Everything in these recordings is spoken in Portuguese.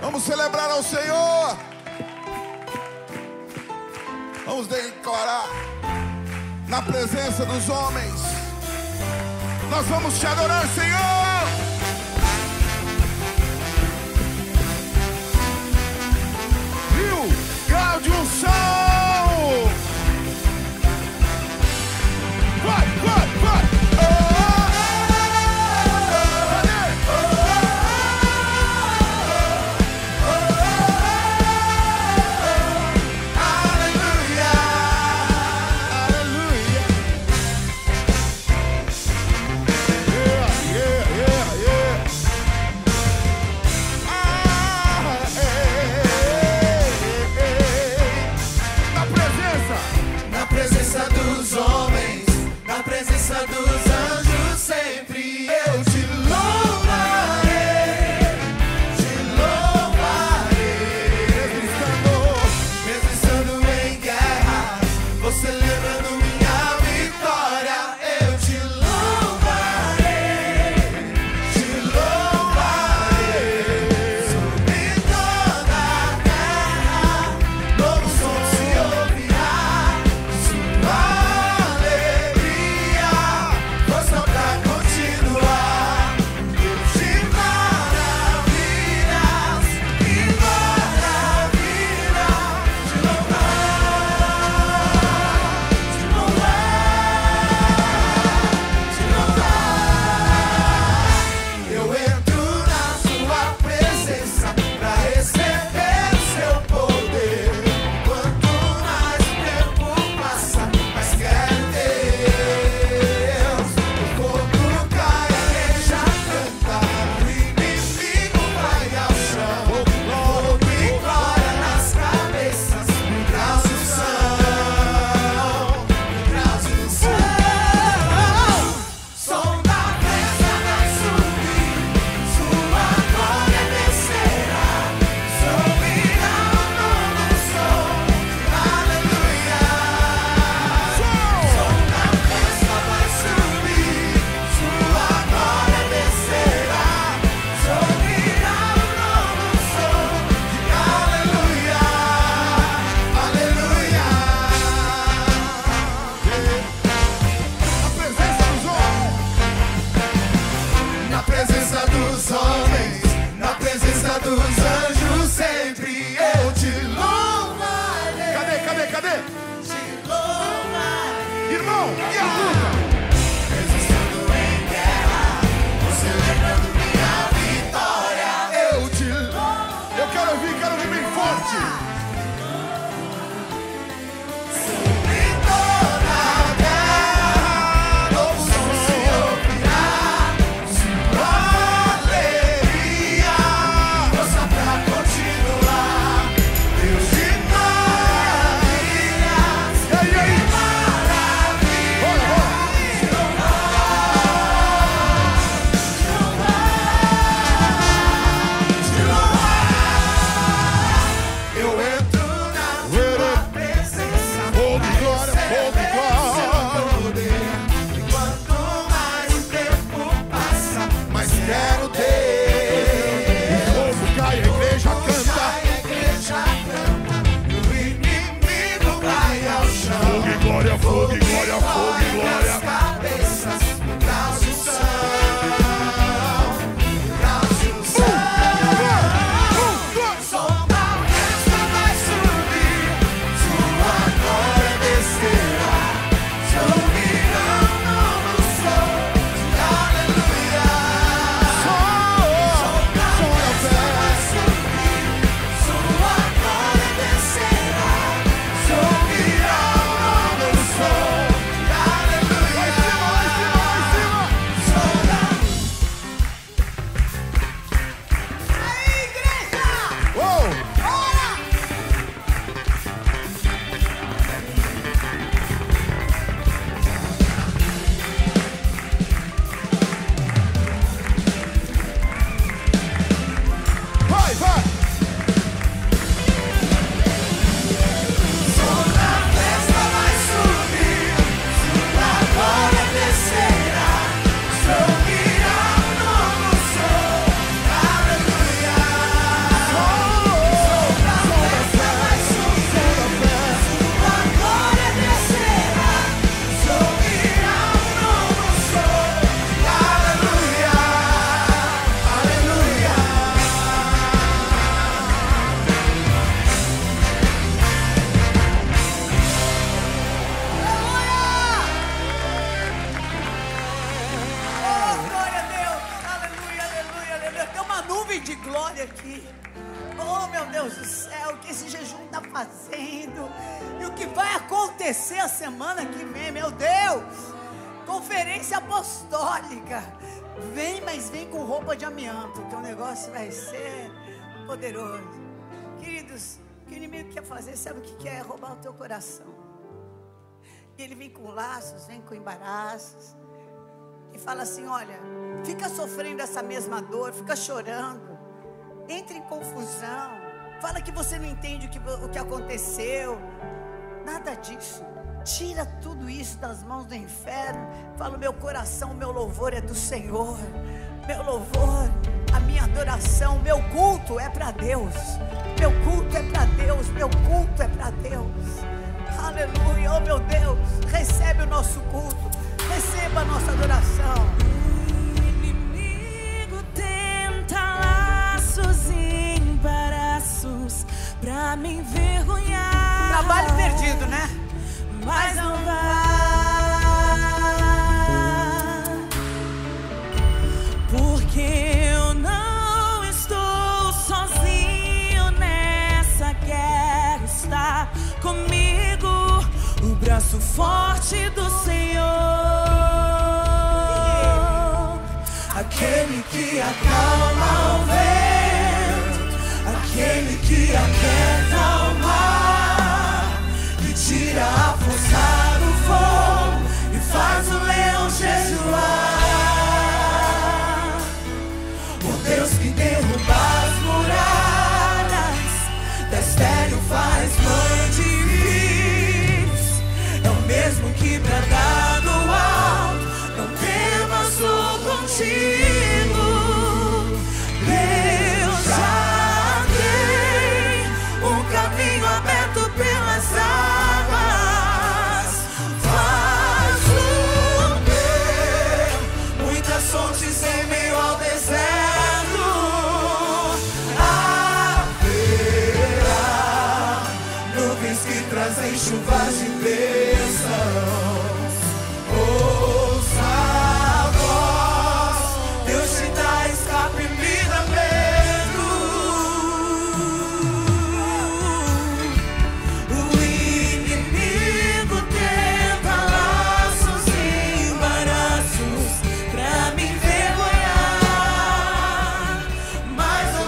Vamos celebrar ao Senhor. Vamos declarar na presença dos homens. Nós vamos te adorar, Senhor. Viu? Grau de unção. Vai, vai, vai. aqui. Oh, meu Deus do céu, o que esse jejum está fazendo e o que vai acontecer a semana que vem, meu Deus. Conferência apostólica. Vem, mas vem com roupa de amianto, que o negócio vai ser poderoso. Queridos, o que o inimigo quer fazer, sabe o que quer? É roubar o teu coração. E ele vem com laços, vem com embaraços e fala assim: olha, fica sofrendo essa mesma dor, fica chorando, entra em confusão, fala que você não entende o que aconteceu. Nada disso. Tira tudo isso das mãos do inferno. Fala: meu coração, meu louvor é do Senhor. Meu louvor, a minha adoração, meu culto é para Deus. Meu culto é para Deus. Meu culto é para Deus. Aleluia. Oh, meu Deus, recebe o nosso culto. Receba a nossa adoração. O inimigo tenta laços e embaraços pra me envergonhar. Trabalho perdido, né? Mas não vai, porque eu não estou sozinho nessa. Quero estar comigo, o braço forte do Senhor, aquele que acalma o vento, aquele que aquieta o mar, que tira a força do fogo e faz o leão jejuar. O Deus que derruba as muralhas, da estéril faz mãe de filhos, é o mesmo que brada do alto: não temas, sou contigo. Deus já tem um caminho aberto pelas águas, faz chover muitas fontes em meio ao deserto. Haverá nuvens que trazem chuvas de bênçãos. Ouça a voz, Deus te dá escape, livramento. O inimigo tenta laços e embaraços pra me envergonhar, mas não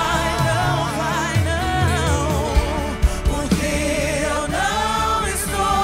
vai não, porque eu não estou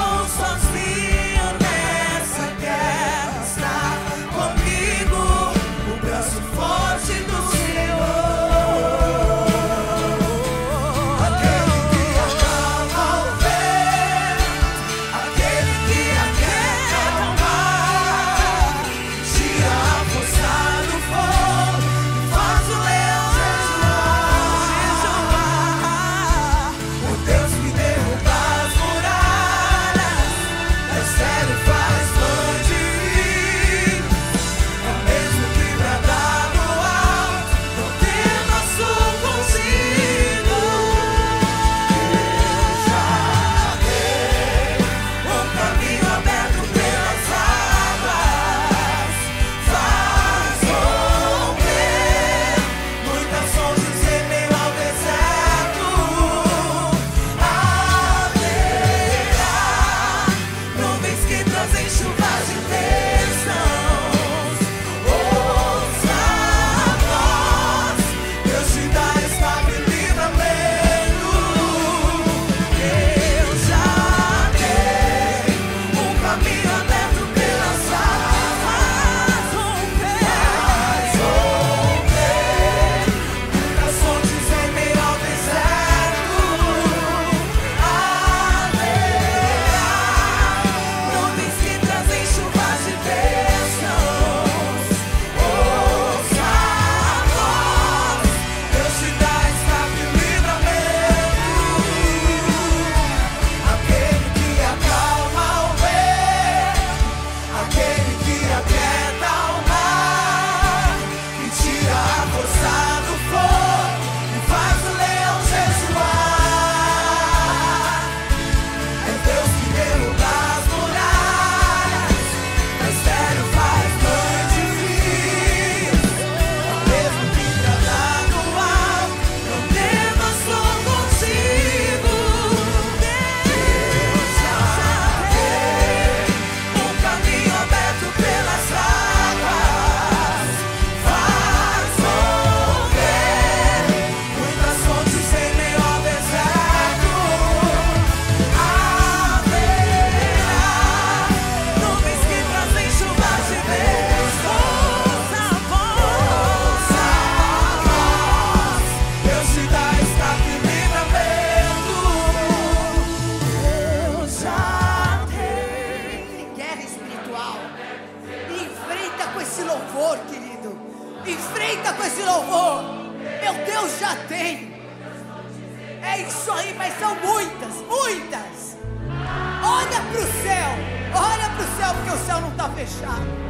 Meu Deus já tem. É isso aí, mas são muitas, muitas. Olha para o céu, porque o céu não está fechado.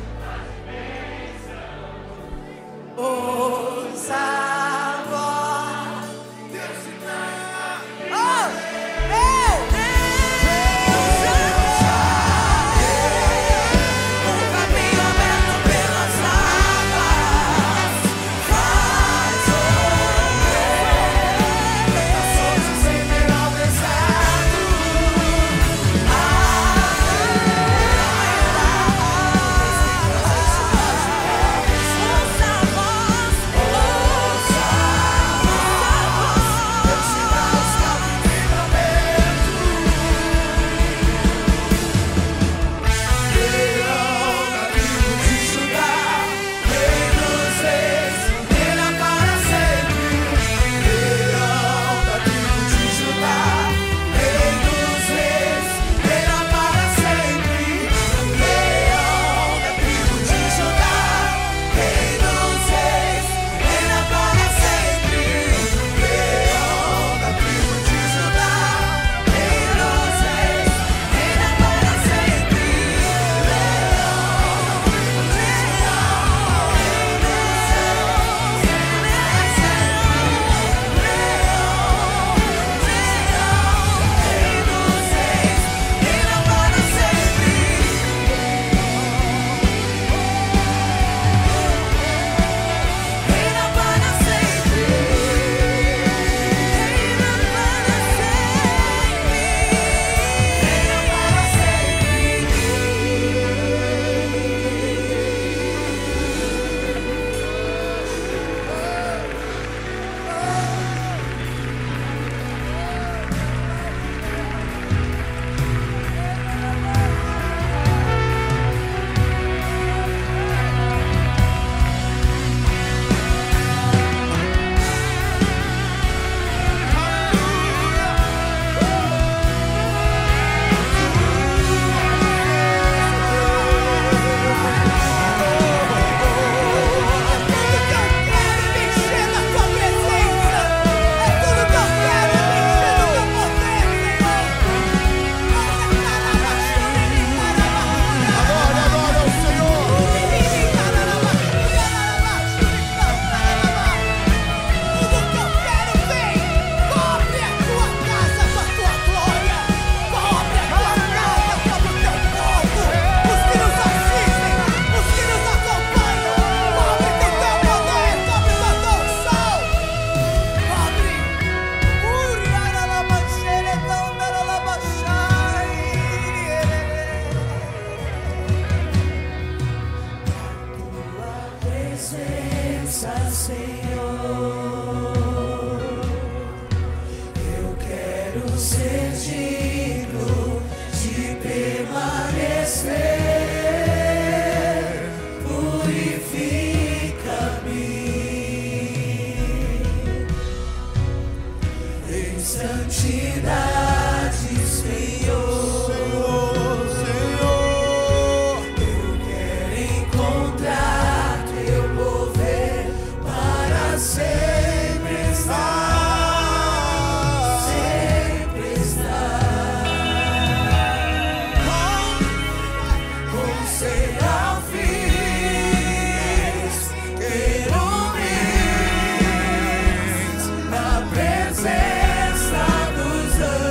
Ouça a voz. Oh, meu Deus, O caminho aberto pelas águas faz sonhos sem ver ao deserto. Na presença dos anjos.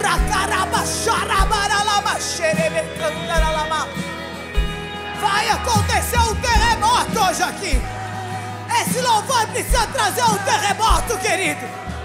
Vai acontecer um terremoto hoje aqui. Esse louvor precisa trazer um terremoto, querido.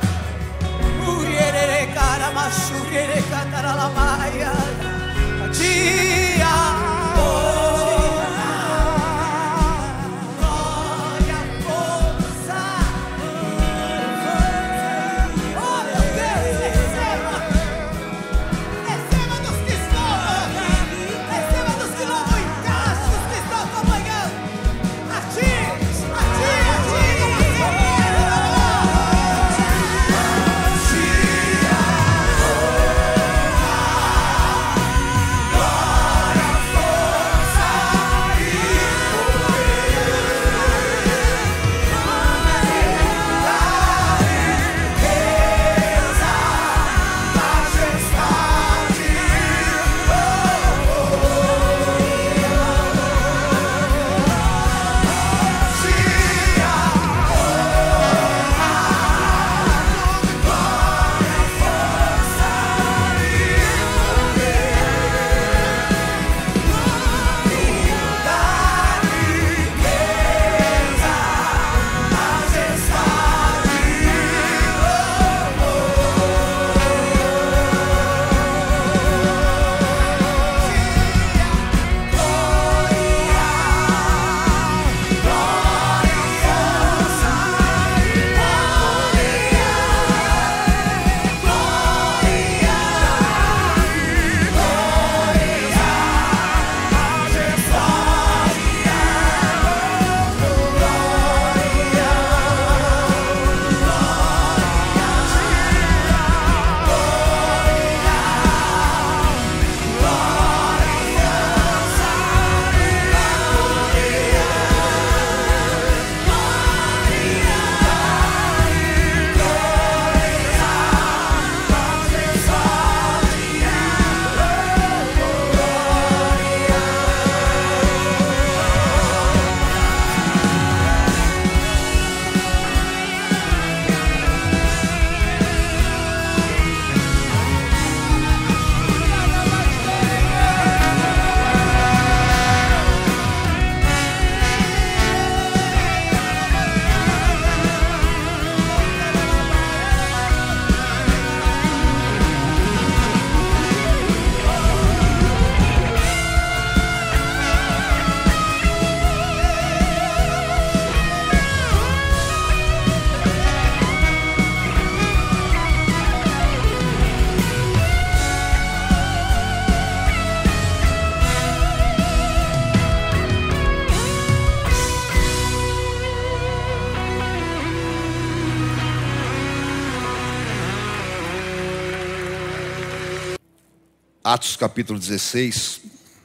Atos capítulo 16,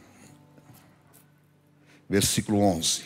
versículo 11.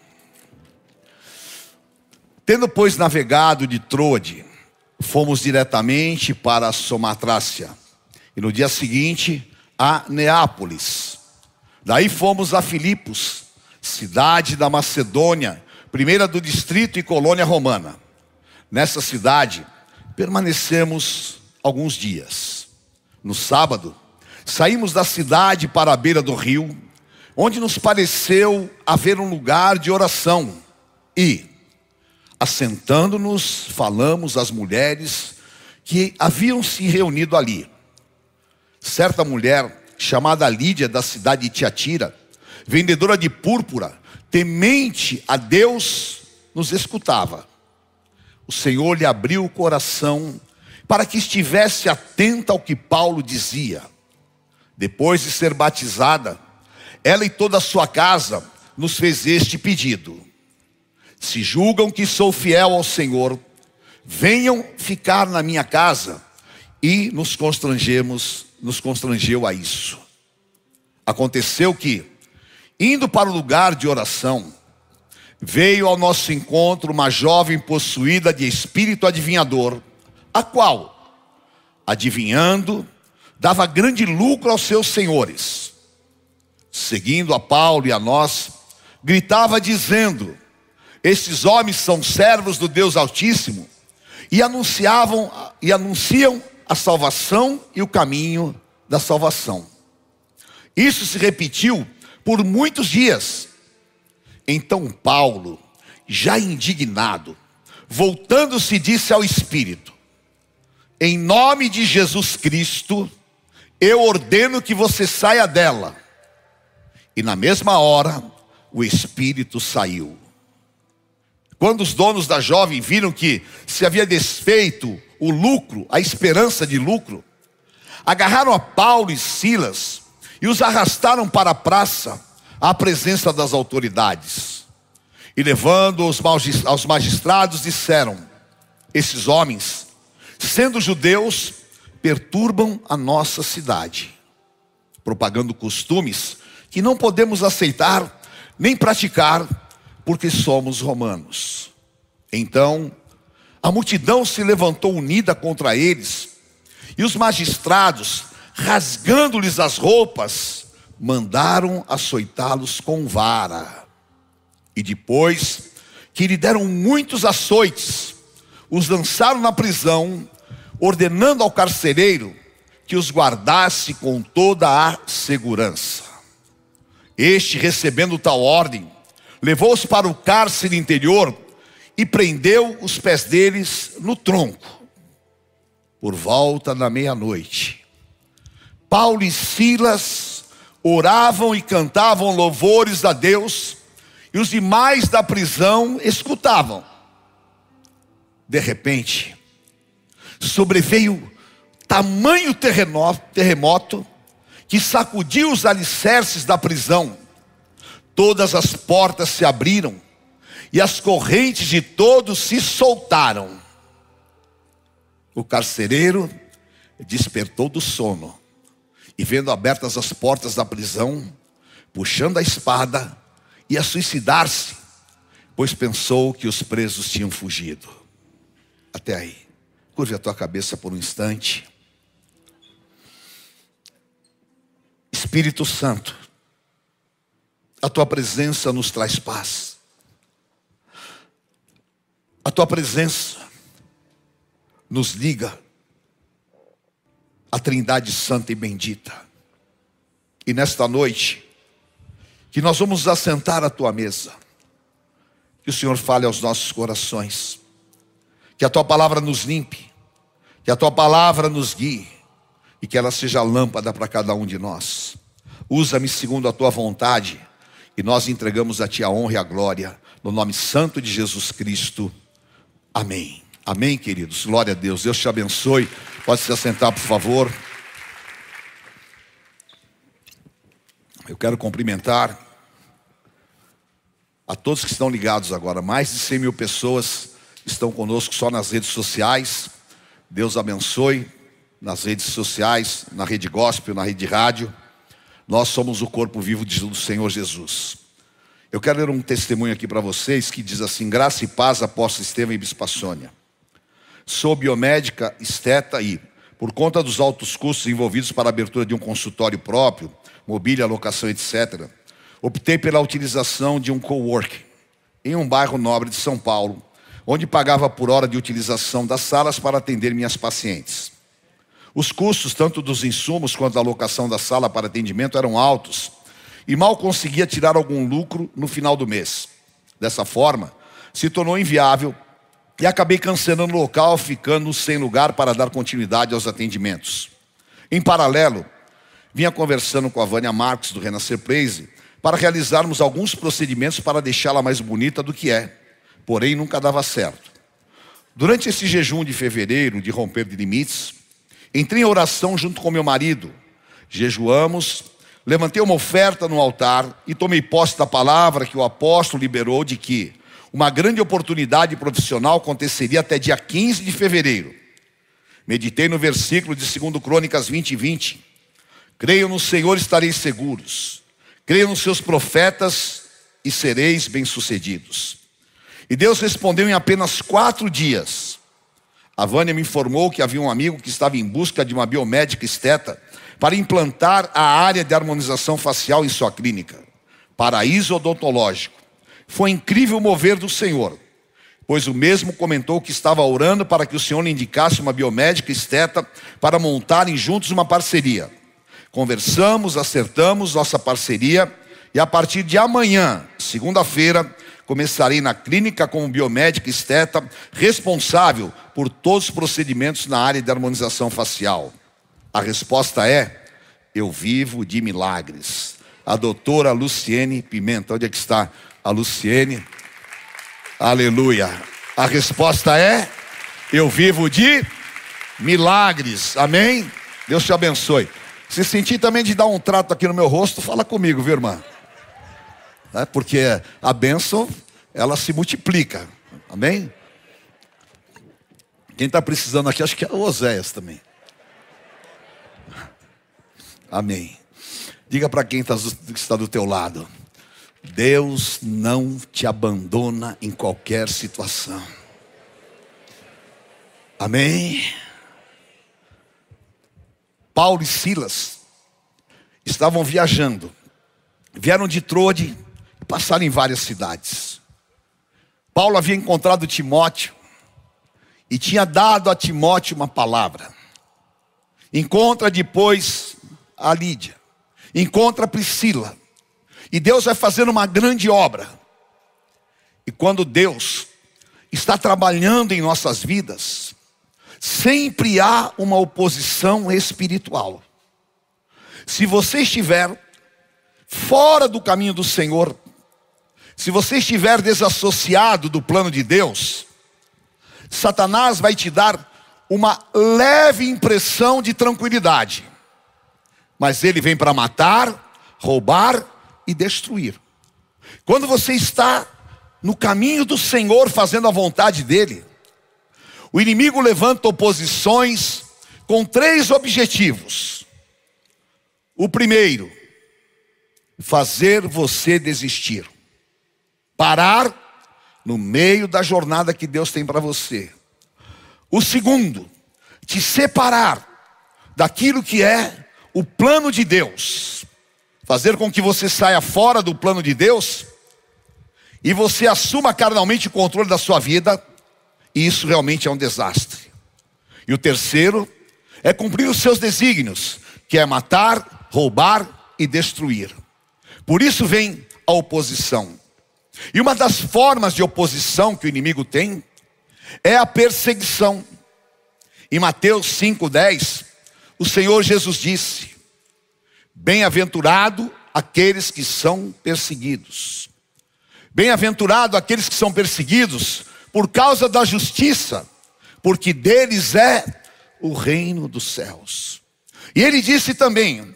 Tendo, pois, navegado de Troade, fomos diretamente para a Samothrácia, e no dia seguinte a Neápolis. Daí fomos a Filipos, cidade da Macedônia, primeira do distrito e colônia romana. Nessa cidade permanecemos alguns dias. No sábado, saímos da cidade para a beira do rio, onde nos pareceu haver um lugar de oração, e, assentando-nos, falamos às mulheres que haviam se reunido ali. Certa mulher, chamada Lídia, da cidade de Tiatira, vendedora de púrpura, temente a Deus, nos escutava. O Senhor lhe abriu o coração para que estivesse atenta ao que Paulo dizia. Depois de ser batizada, ela e toda a sua casa nos fez este pedido: se julgam que sou fiel ao Senhor, venham ficar na minha casa. E nos constrangeu a isso. Aconteceu que, indo para o lugar de oração, veio ao nosso encontro uma jovem possuída de espírito adivinhador, a qual, adivinhando, dava grande lucro aos seus senhores. Seguindo a Paulo e a nós, gritava dizendo: estes homens são servos do Deus Altíssimo, e anunciam a salvação e o caminho da salvação. Isso se repetiu por muitos dias. Então Paulo, já indignado, voltando-se, disse ao Espírito: em nome de Jesus Cristo, eu ordeno que você saia dela. E na mesma hora, o Espírito saiu. Quando os donos da jovem viram que se havia desfeito o lucro, a esperança de lucro, agarraram a Paulo e Silas e os arrastaram para a praça, à presença das autoridades. E levando-os aos magistrados, disseram: esses homens, sendo judeus, perturbam a nossa cidade, propagando costumes que não podemos aceitar nem praticar, porque somos romanos. Então a multidão se levantou unida contra eles, e os magistrados, rasgando-lhes as roupas, mandaram açoitá-los com vara. E depois que lhe deram muitos açoites, os lançaram na prisão, ordenando ao carcereiro que os guardasse com toda a segurança. Este, recebendo tal ordem, levou-os para o cárcere interior e prendeu os pés deles no tronco. Por volta da meia-noite, Paulo e Silas oravam e cantavam louvores a Deus, e os demais da prisão escutavam. De repente, sobreveio tamanho terremoto que sacudiu os alicerces da prisão. Todas as portas se abriram e as correntes de todos se soltaram. O carcereiro despertou do sono e, vendo abertas as portas da prisão, puxando a espada, ia suicidar-se, pois pensou que os presos tinham fugido. Até aí. Curve a tua cabeça por um instante. Espírito Santo, a tua presença nos traz paz. A tua presença nos liga à Trindade Santa e Bendita. E nesta noite, que nós vamos nos assentar à tua mesa, que o Senhor fale aos nossos corações, que a tua palavra nos limpe, que a tua palavra nos guie, e que ela seja lâmpada para cada um de nós. Usa-me segundo a tua vontade, e nós entregamos a ti a honra e a glória, no nome santo de Jesus Cristo. Amém. Amém, queridos. Glória a Deus. Deus te abençoe. Pode se assentar, por favor. Eu quero cumprimentar a todos que estão ligados agora. Mais de 100 mil pessoas estão conosco só nas redes sociais. Deus abençoe. Nas redes sociais, na rede gospel, na rede rádio. Nós somos o corpo vivo do Senhor Jesus. Eu quero ler um testemunho aqui para vocês que diz assim: graça e paz, apóstolo Estevão e Bispa Sônia. Sou biomédica, esteta e, por conta dos altos custos envolvidos para a abertura de um consultório próprio, mobília, locação, etc., optei pela utilização de um coworking em um bairro nobre de São Paulo, onde pagava por hora de utilização das salas para atender minhas pacientes. Os custos, tanto dos insumos quanto da locação da sala para atendimento, eram altos e mal conseguia tirar algum lucro no final do mês. Dessa forma, se tornou inviável e acabei cancelando o local, ficando sem lugar para dar continuidade aos atendimentos. Em paralelo, vinha conversando com a Vânia Marques, do Renascer Place, para realizarmos alguns procedimentos para deixá-la mais bonita do que é, porém nunca dava certo. Durante esse jejum de fevereiro, de romper de limites, entrei em oração junto com meu marido. Jejuamos, levantei uma oferta no altar e tomei posse da palavra que o apóstolo liberou de que uma grande oportunidade profissional aconteceria até dia 15 de fevereiro. Meditei no versículo de 2 Crônicas 20:20. Creio no Senhor e estareis seguros. Creio nos seus profetas e sereis bem-sucedidos. E Deus respondeu em apenas 4 dias. A Vânia me informou que havia um amigo que estava em busca de uma biomédica esteta para implantar a área de harmonização facial em sua clínica. Paraíso Odontológico. Foi incrível o mover do Senhor. pois o mesmo comentou que estava orando para que o Senhor lhe indicasse uma biomédica esteta para montarem juntos uma parceria. Conversamos, acertamos nossa parceria e a partir de amanhã, segunda-feira, começarei na clínica como biomédica esteta, responsável por todos os procedimentos na área de harmonização facial. A resposta é: eu vivo de milagres. A doutora Luciene Pimenta. Onde é que está a Luciene? Aleluia. A resposta é: eu vivo de milagres. Amém? Deus te abençoe. Se sentir também de dar um trato aqui no meu rosto, fala comigo, viu, irmã? Porque a bênção, ela se multiplica. Amém? Quem está precisando aqui, acho que é o Oséias também. Amém. Diga para quem está do teu lado: Deus não te abandona em qualquer situação. Amém? Paulo e Silas estavam viajando. Vieram de Troade e passaram em várias cidades. Paulo havia encontrado Timóteo e tinha dado a Timóteo uma palavra. Encontra depois a Lídia, encontra a Priscila, e Deus vai fazendo uma grande obra. E quando Deus está trabalhando em nossas vidas, sempre há uma oposição espiritual. Se você estiver fora do caminho do Senhor, se você estiver desassociado do plano de Deus, Satanás vai te dar uma leve impressão de tranquilidade, mas ele vem para matar, roubar e destruir. Quando você está no caminho do Senhor, fazendo a vontade dele, o inimigo levanta oposições com 3 objetivos. O primeiro, fazer você desistir, parar no meio da jornada que Deus tem para você. O segundo, te separar daquilo que é o plano de Deus, fazer com que você saia fora do plano de Deus e você assuma carnalmente o controle da sua vida, e isso realmente é um desastre. E o terceiro é cumprir os seus desígnios, que é matar, roubar e destruir. Por isso vem a oposição. E uma das formas de oposição que o inimigo tem é a perseguição. Em Mateus 5:10, o Senhor Jesus disse: bem-aventurado aqueles que são perseguidos. Bem-aventurado aqueles que são perseguidos por causa da justiça, porque deles é o reino dos céus. E ele disse também: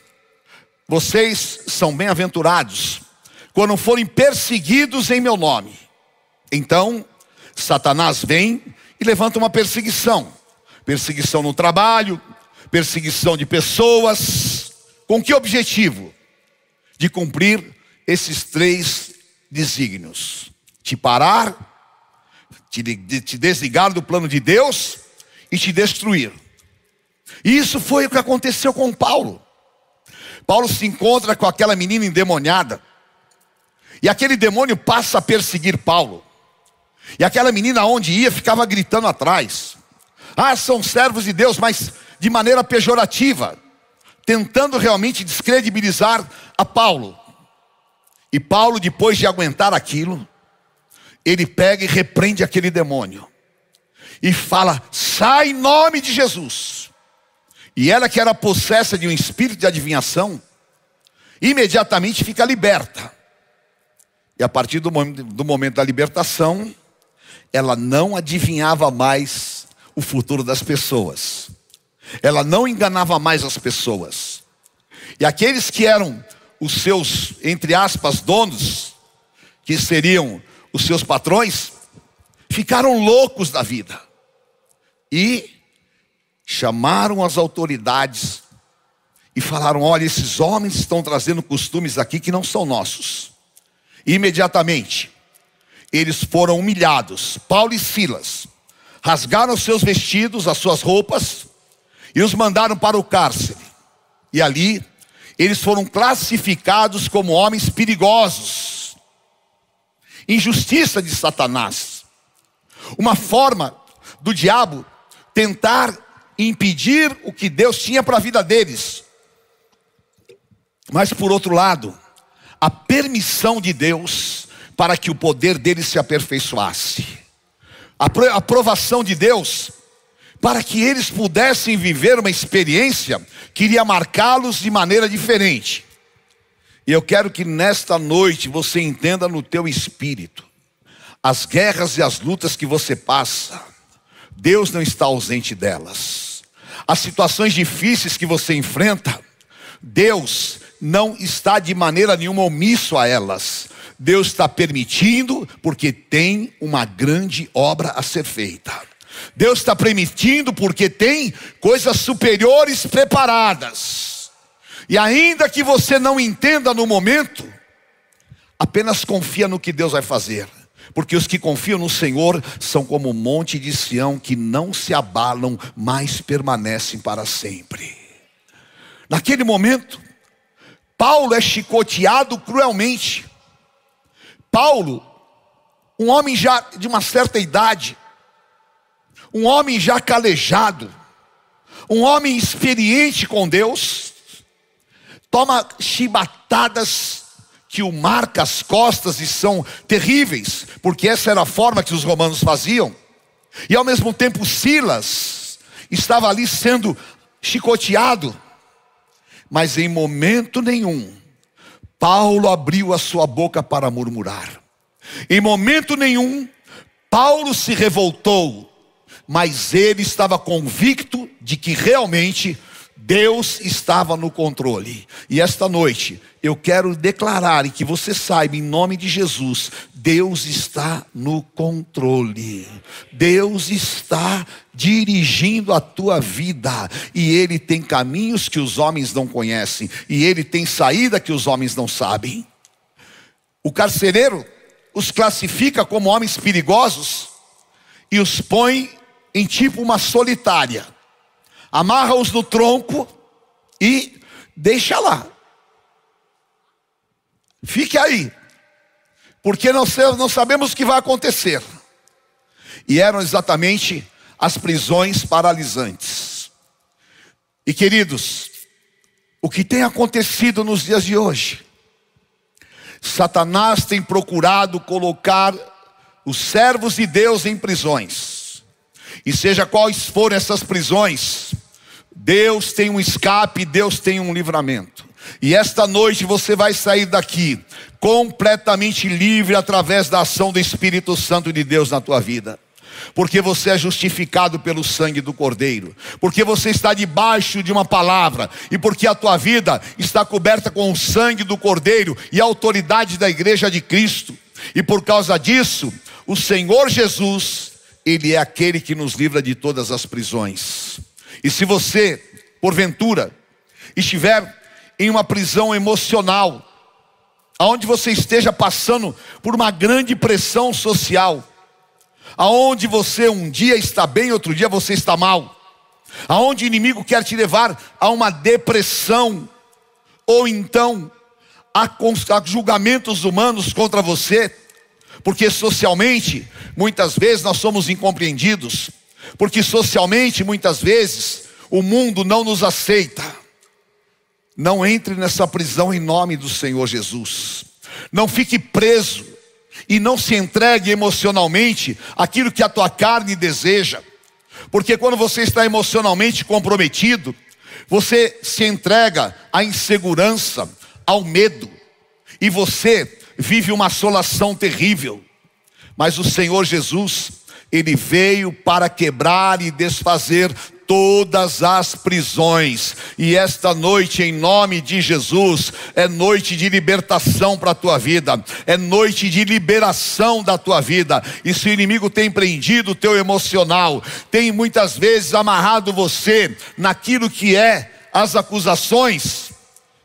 vocês são bem-aventurados quando forem perseguidos em meu nome. Então, Satanás vem e levanta uma perseguição. Perseguição no trabalho, perseguição de pessoas. Com que objetivo? De cumprir esses 3 desígnios: te parar, te desligar do plano de Deus e te destruir. E isso foi o que aconteceu com Paulo. Paulo se encontra com aquela menina endemoniada, e aquele demônio passa a perseguir Paulo. E aquela menina, onde ia, ficava gritando atrás: ah, são servos de Deus, mas de maneira pejorativa, tentando realmente descredibilizar a Paulo. E Paulo, depois de aguentar aquilo, ele pega e repreende aquele demônio e fala: sai em nome de Jesus. E ela, que era possessa de um espírito de adivinhação, imediatamente fica liberta. E a partir do momento da libertação, ela não adivinhava mais o futuro das pessoas, ela não enganava mais as pessoas. E aqueles que eram os seus, entre aspas, donos, que seriam os seus patrões, ficaram loucos da vida e chamaram as autoridades e falaram: olha, esses homens estão trazendo costumes aqui que não são nossos. E imediatamente eles foram humilhados. Paulo e Silas rasgaram os seus vestidos, as suas roupas, e os mandaram para o cárcere. E ali eles foram classificados como homens perigosos. Injustiça de Satanás. uma forma do diabo tentar impedir o que Deus tinha para a vida deles. Mas por outro lado, a permissão de Deus para que o poder deles se aperfeiçoasse. A aprovação de Deus para que eles pudessem viver uma experiência que iria marcá-los de maneira diferente. E eu quero que nesta noite você entenda no teu espírito, as guerras e as lutas que você passa, Deus não está ausente delas. As situações difíceis que você enfrenta, Deus não está de maneira nenhuma omisso a elas. Deus está permitindo porque tem uma grande obra a ser feita. Deus está permitindo porque tem coisas superiores preparadas. E ainda que você não entenda no momento, apenas confia no que Deus vai fazer. Porque os que confiam no Senhor são como o monte de Sião, que não se abalam, mas permanecem para sempre. Naquele momento, Paulo é chicoteado cruelmente. Paulo, um homem já de uma certa idade, um homem já calejado, um homem experiente com Deus, toma chibatadas que o marca as costas e são terríveis, porque essa era a forma que os romanos faziam. E ao mesmo tempo Silas estava ali sendo chicoteado, mas em momento nenhum Paulo abriu a sua boca para murmurar. Em momento nenhum Paulo se revoltou, mas ele estava convicto de que realmente Deus estava no controle. E esta noite eu quero declarar, e que você saiba em nome de Jesus, Deus está no controle. Deus está dirigindo a tua vida. E Ele tem caminhos que os homens não conhecem. E Ele tem saída que os homens não sabem. O carcereiro os classifica como homens perigosos e os põe em tipo uma solitária. Amarra-os no tronco e deixa lá. Fique aí, porque não sabemos o que vai acontecer. E eram exatamente as prisões paralisantes. E queridos, o que tem acontecido nos dias de hoje? Satanás tem procurado colocar os servos de Deus em prisões. E seja quais forem essas prisões, Deus tem um escape, Deus tem um livramento. E esta noite você vai sair daqui completamente livre através da ação do Espírito Santo de Deus na tua vida. Porque você é justificado pelo sangue do Cordeiro. Porque você está debaixo de uma palavra. E porque a tua vida está coberta com o sangue do Cordeiro e a autoridade da igreja de Cristo. E por causa disso, o Senhor Jesus, Ele é aquele que nos livra de todas as prisões. E se você, porventura, estiver em uma prisão emocional, aonde você esteja passando por uma grande pressão social, aonde você um dia está bem, outro dia você está mal, aonde o inimigo quer te levar a uma depressão, ou então a julgamentos humanos contra você, porque socialmente, muitas vezes nós somos incompreendidos, porque socialmente, muitas vezes, o mundo não nos aceita. Não entre nessa prisão em nome do Senhor Jesus. Não fique preso e não se entregue emocionalmente àquilo que a tua carne deseja. Porque quando você está emocionalmente comprometido, você se entrega à insegurança, ao medo, e você vive uma assolação terrível. Mas o Senhor Jesus, Ele veio para quebrar e desfazer todas as prisões. E esta noite, em nome de Jesus, é noite de libertação para a tua vida, é noite de liberação da tua vida. E se o inimigo tem prendido o teu emocional, tem muitas vezes amarrado você naquilo que é as acusações,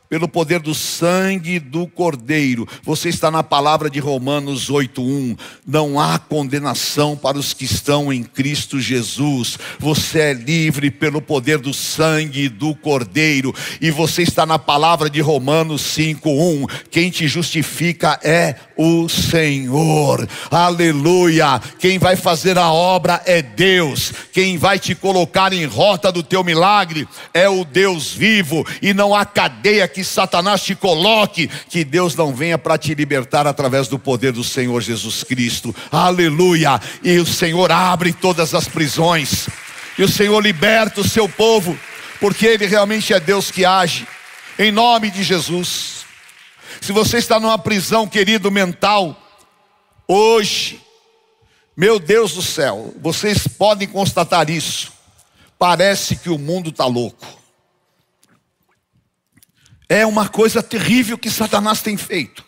pelo poder do sangue do Cordeiro. Você está na palavra de Romanos 8:1. Não há condenação para os que estão em Cristo Jesus. Você é livre pelo poder do sangue do Cordeiro. E você está na palavra de Romanos 5:1. Quem te justifica é o Senhor. Aleluia. Quem vai fazer a obra é Deus. Quem vai te colocar em rota do teu milagre é o Deus vivo. E não há cadeia que Satanás te coloque, que Deus não venha para te libertar através do poder do Senhor Jesus Cristo. Aleluia. E o Senhor abre todas as prisões, e o Senhor liberta o seu povo, porque Ele realmente é Deus que age, em nome de Jesus. Se você está numa prisão, querido, mental, hoje, meu Deus do céu, vocês podem constatar isso, parece que o mundo está louco. É uma coisa terrível que Satanás tem feito.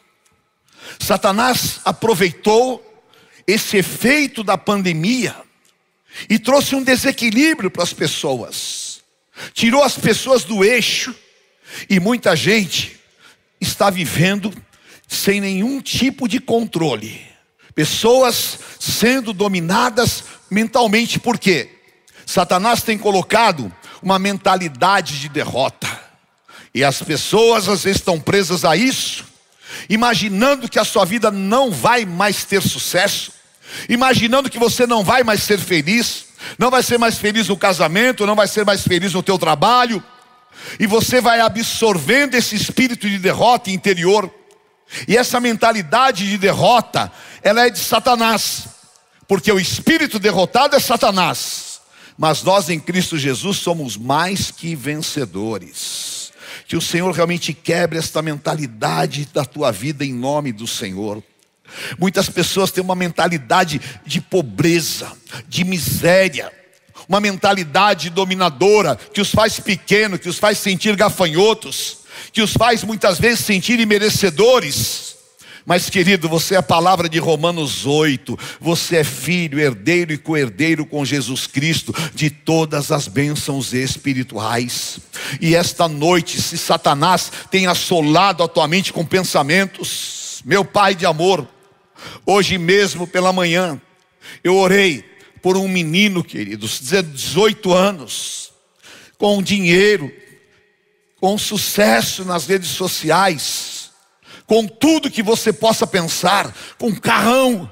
Satanás aproveitou esse efeito da pandemia e trouxe um desequilíbrio para as pessoas. Tirou as pessoas do eixo, e muita gente está vivendo sem nenhum tipo de controle. Pessoas sendo dominadas mentalmente. Por quê? Satanás tem colocado uma mentalidade de derrota. E as pessoas às vezes estão presas a isso, imaginando que a sua vida não vai mais ter sucesso, imaginando que você não vai mais ser feliz, não vai ser mais feliz no casamento, não vai ser mais feliz no teu trabalho. E você vai absorvendo esse espírito de derrota interior. E essa mentalidade de derrota, ela é de Satanás, porque o espírito derrotado é Satanás. Mas nós em Cristo Jesus somos mais que vencedores. Que o Senhor realmente quebre esta mentalidade da tua vida em nome do Senhor. Muitas pessoas têm uma mentalidade de pobreza, de miséria, uma mentalidade dominadora que os faz pequenos, que os faz sentir gafanhotos, que os faz muitas vezes sentirem merecedores. Mas querido, você é a palavra de Romanos 8, você é filho, herdeiro e co-herdeiro com Jesus Cristo de todas as bênçãos espirituais. E esta noite, se Satanás tem assolado a tua mente com pensamentos, meu Pai de amor, hoje mesmo pela manhã, eu orei por um menino, queridos, 18 anos, com dinheiro, com sucesso nas redes sociais, com tudo que você possa pensar, com carrão.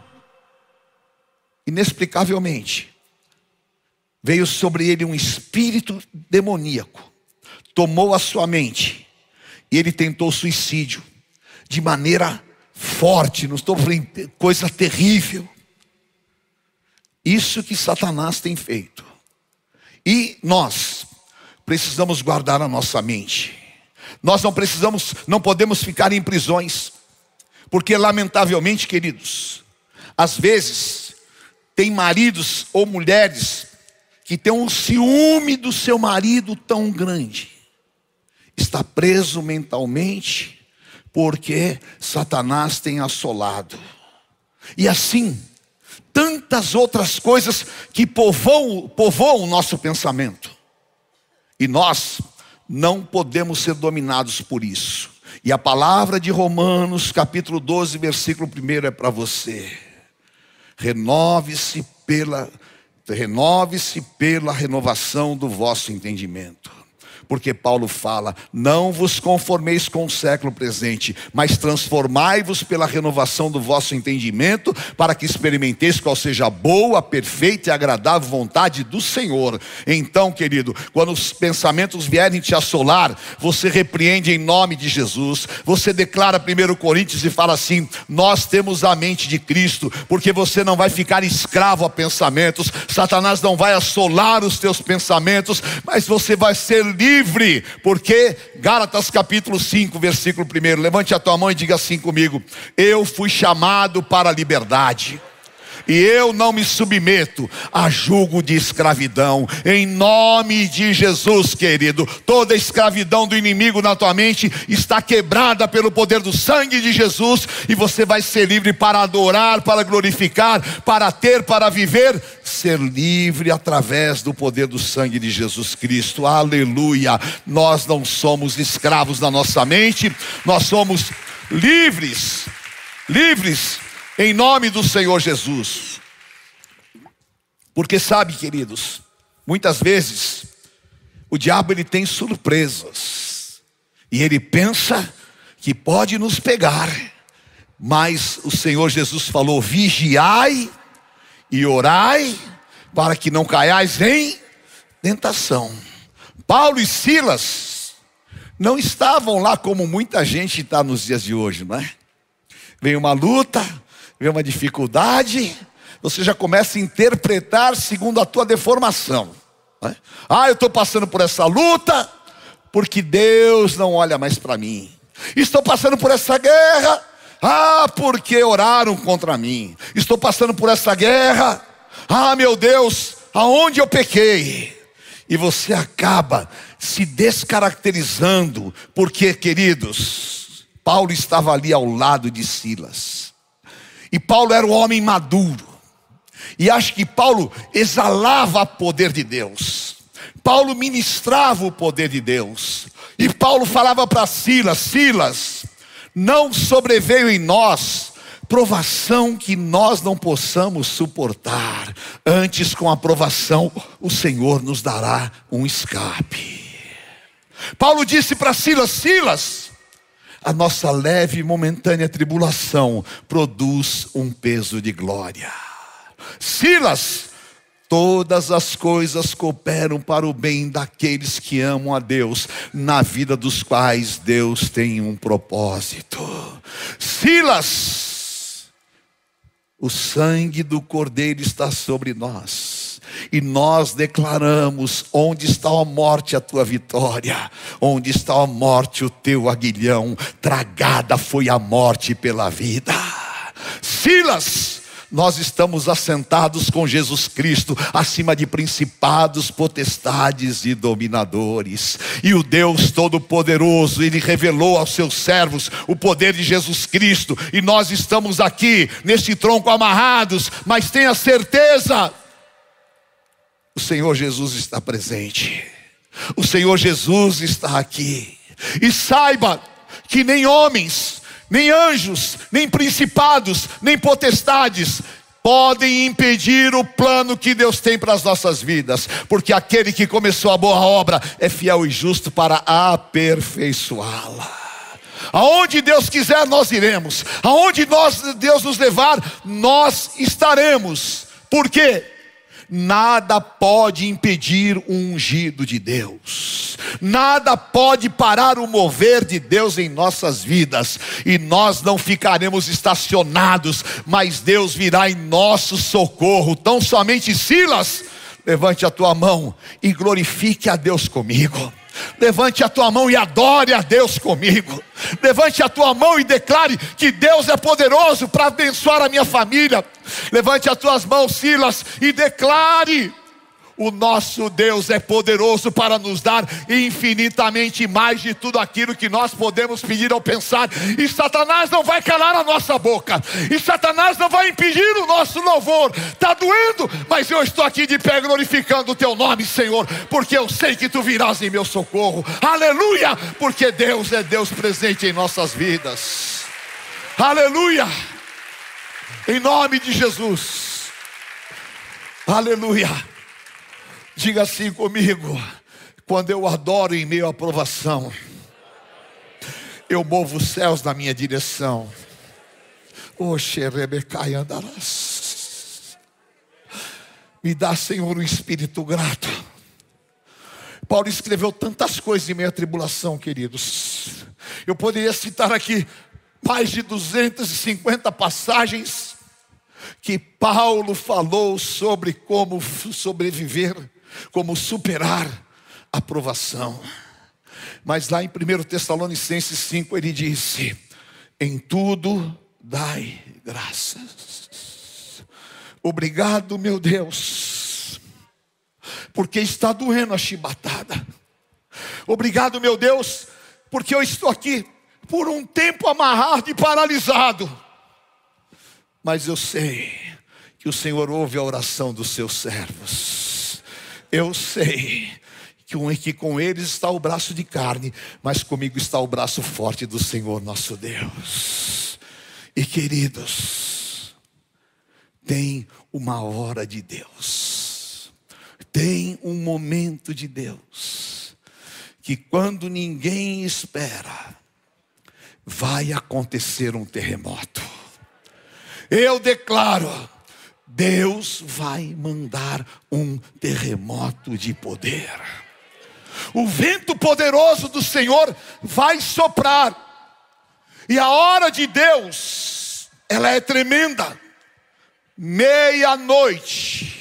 Inexplicavelmente, veio sobre ele um espírito demoníaco, tomou a sua mente, e ele tentou suicídio, de maneira forte, não estou falando coisa terrível. Isso que Satanás tem feito. E nós precisamos guardar a nossa mente. Nós não podemos ficar em prisões, porque lamentavelmente, queridos, às vezes tem maridos ou mulheres que têm um ciúme do seu marido tão grande, está preso mentalmente, porque Satanás tem assolado. E assim, tantas outras coisas que povoam o nosso pensamento. E nós não podemos ser dominados por isso. E a palavra de Romanos, capítulo 12, versículo 1 é para você. Renove-se pela renovação do vosso entendimento. Porque Paulo fala, não vos conformeis com o século presente, mas transformai-vos pela renovação do vosso entendimento, para que experimenteis qual seja a boa, perfeita e agradável vontade do Senhor. Então, querido, quando os pensamentos vierem te assolar, você repreende em nome de Jesus. Você declara 1 Coríntios e fala assim, nós temos a mente de Cristo, porque você não vai ficar escravo a pensamentos. Satanás não vai assolar os teus pensamentos, mas você vai ser livre. Porque Gálatas capítulo 5, versículo 1, levante a tua mão e diga assim comigo, eu fui chamado para a liberdade. e eu não me submeto a jugo de escravidão. Em nome de Jesus, querido, toda escravidão do inimigo na tua mente está quebrada pelo poder do sangue de Jesus, e você vai ser livre para adorar, para glorificar, para ter, para viver, ser livre através do poder do sangue de Jesus Cristo. Aleluia. Nós não somos escravos da nossa mente, nós somos livres em nome do Senhor Jesus. Porque sabe, queridos, muitas vezes o diabo ele tem surpresas, e ele pensa que pode nos pegar, mas o Senhor Jesus falou: vigiai e orai para que não caiais em tentação. Paulo e Silas não estavam lá como muita gente está nos dias de hoje, não é? Vem uma luta, vem uma dificuldade, você já começa a interpretar segundo a tua deformação, não é? Eu estou passando por essa luta porque Deus não olha mais para mim. Estou passando por essa guerra, porque oraram contra mim. Estou passando por essa guerra, meu Deus, aonde eu pequei? E você acaba se descaracterizando, porque, queridos, Paulo estava ali ao lado de Silas, e Paulo era um homem maduro, e acho que Paulo exalava o poder de Deus, Paulo ministrava o poder de Deus, e Paulo falava para Silas: Silas, não sobreveio em nós provação que nós não possamos suportar, antes com a provação o Senhor nos dará um escape. Paulo disse para Silas: Silas, a nossa leve e momentânea tribulação produz um peso de glória. Silas, todas as coisas cooperam para o bem daqueles que amam a Deus, na vida dos quais Deus tem um propósito. Silas, o sangue do Cordeiro está sobre nós, e nós declaramos: onde está a morte, a tua vitória? Onde está a morte, o teu aguilhão? Tragada foi a morte pela vida. Silas, nós estamos assentados com Jesus Cristo acima de principados, potestades e dominadores, e o Deus Todo-Poderoso, Ele revelou aos seus servos o poder de Jesus Cristo, e nós estamos aqui neste tronco amarrados, mas tenha certeza, o Senhor Jesus está presente, o Senhor Jesus está aqui. E saiba que nem homens, nem anjos, nem principados, nem potestades podem impedir o plano que Deus tem para as nossas vidas, porque aquele que começou a boa obra é fiel e justo para aperfeiçoá-la. Aonde Deus quiser nós iremos, aonde Deus nos levar nós estaremos. Por quê? Nada pode impedir o ungido de Deus, nada pode parar o mover de Deus em nossas vidas, e nós não ficaremos estacionados, mas Deus virá em nosso socorro. Tão somente, Silas, levante a tua mão e glorifique a Deus comigo. Levante a tua mão e adore a Deus comigo. Levante a tua mão e declare que Deus é poderoso para abençoar a minha família. Levante as tuas mãos, Silas, e declare: o nosso Deus é poderoso para nos dar infinitamente mais de tudo aquilo que nós podemos pedir ou pensar. E Satanás não vai calar a nossa boca, e Satanás não vai impedir o nosso louvor. Está doendo, mas eu estou aqui de pé glorificando o teu nome, Senhor, porque eu sei que tu virás em meu socorro. Aleluia, porque Deus é Deus presente em nossas vidas. Aleluia, em nome de Jesus. Aleluia. Diga assim comigo: quando eu adoro em meio à provação, eu movo os céus na minha direção. Me dá, Senhor, um espírito grato. Paulo escreveu tantas coisas em meio à tribulação, queridos. Eu poderia citar aqui mais de 250 passagens que Paulo falou sobre como sobreviver, como superar a provação. Mas lá em 1 Tessalonicenses 5 ele disse: em tudo dai graças. Obrigado, meu Deus, porque está doendo a chibatada. Obrigado, meu Deus, porque eu estou aqui por um tempo amarrado e paralisado. Mas eu sei que o Senhor ouve a oração dos seus servos. Eu sei que com eles está o braço de carne, mas comigo está o braço forte do Senhor nosso Deus. E queridos, tem uma hora de Deus, tem um momento de Deus, que quando ninguém espera, vai acontecer um terremoto. Eu declaro, Deus vai mandar um terremoto de poder. O vento poderoso do Senhor vai soprar. E a hora de Deus, ela é tremenda. Meia-noite,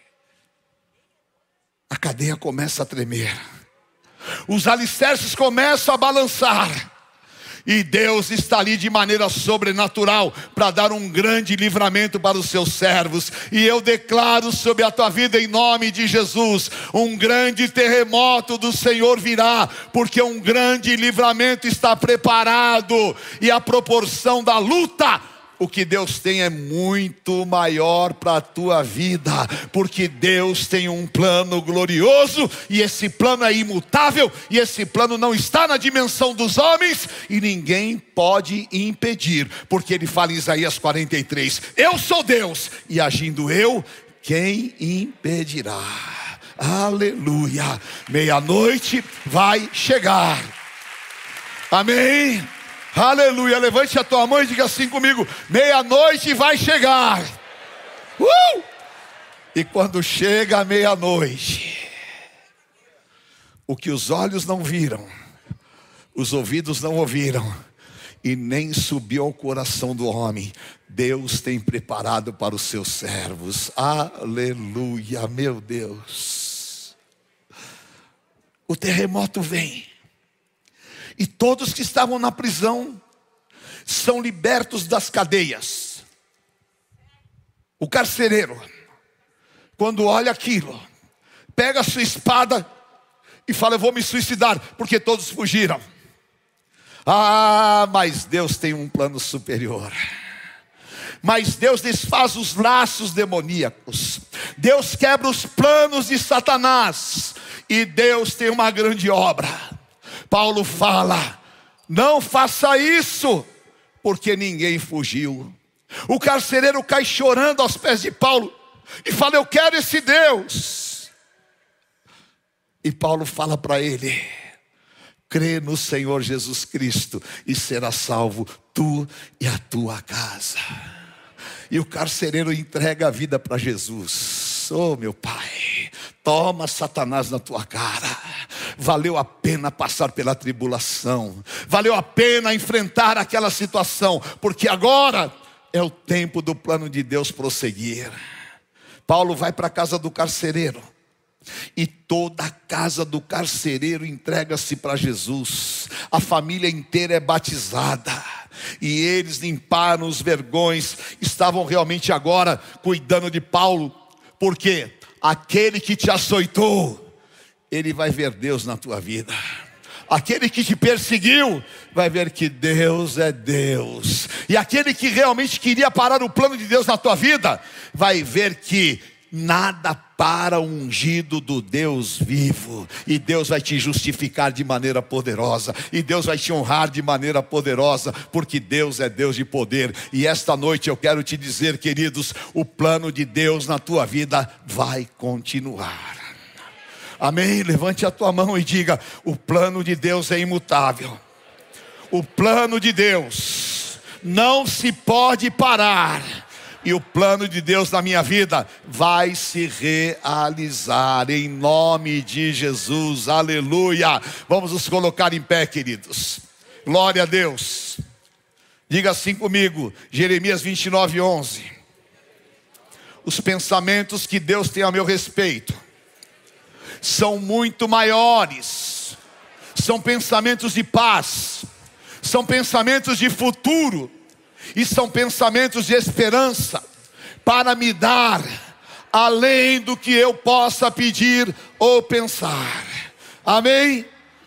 a cadeia começa a tremer. Os alicerces começam a balançar. E Deus está ali de maneira sobrenatural para dar um grande livramento para os seus servos. E eu declaro sobre a tua vida em nome de Jesus, um grande terremoto do Senhor virá, porque um grande livramento está preparado. E a proporção da luta, o que Deus tem é muito maior para a tua vida, porque Deus tem um plano glorioso, e esse plano é imutável, e esse plano não está na dimensão dos homens, e ninguém pode impedir, porque ele fala em Isaías 43, eu sou Deus, e agindo eu, quem impedirá? Aleluia, meia-noite vai chegar, amém? Aleluia, levante a tua mão e diga assim comigo, meia-noite vai chegar. E quando chega a meia-noite, o que os olhos não viram, os ouvidos não ouviram, e nem subiu ao coração do homem, Deus tem preparado para os seus servos. Aleluia, meu Deus. O terremoto vem. E todos que estavam na prisão são libertos das cadeias. O carcereiro, quando olha aquilo, pega a sua espada e fala, eu vou me suicidar, porque todos fugiram. Mas Deus tem um plano superior. Mas Deus desfaz os laços demoníacos. Deus quebra os planos de Satanás. E Deus tem uma grande obra. Paulo fala, não faça isso, porque ninguém fugiu. O carcereiro cai chorando aos pés de Paulo e fala, eu quero esse Deus. E Paulo fala para ele, crê no Senhor Jesus Cristo e será salvo tu e a tua casa. E o carcereiro entrega a vida para Jesus. Oh, meu Pai, toma Satanás na tua cara. Valeu a pena passar pela tribulação, valeu a pena enfrentar aquela situação, porque agora é o tempo do plano de Deus prosseguir. Paulo vai para a casa do carcereiro, e toda a casa do carcereiro entrega-se para Jesus. A família inteira é batizada, e eles limparam os vergões, estavam realmente agora cuidando de Paulo, porque aquele que te açoitou, ele vai ver Deus na tua vida. Aquele que te perseguiu, vai ver que Deus é Deus. E aquele que realmente queria parar o plano de Deus na tua vida, vai ver que nada para o ungido do Deus vivo. E Deus vai te justificar de maneira poderosa. E Deus vai te honrar de maneira poderosa. Porque Deus é Deus de poder. E esta noite eu quero te dizer, queridos, o plano de Deus na tua vida vai continuar. Amém? Levante a tua mão e diga, o plano de Deus é imutável. O plano de Deus não se pode parar. E o plano de Deus na minha vida vai se realizar em nome de Jesus. Aleluia. Vamos nos colocar em pé, queridos. Glória a Deus. Diga assim comigo, Jeremias 29:11. Os pensamentos que Deus tem a meu respeito são muito maiores. São pensamentos de paz, são pensamentos de futuro, e são pensamentos de esperança, para me dar além do que eu possa pedir ou pensar. Amém?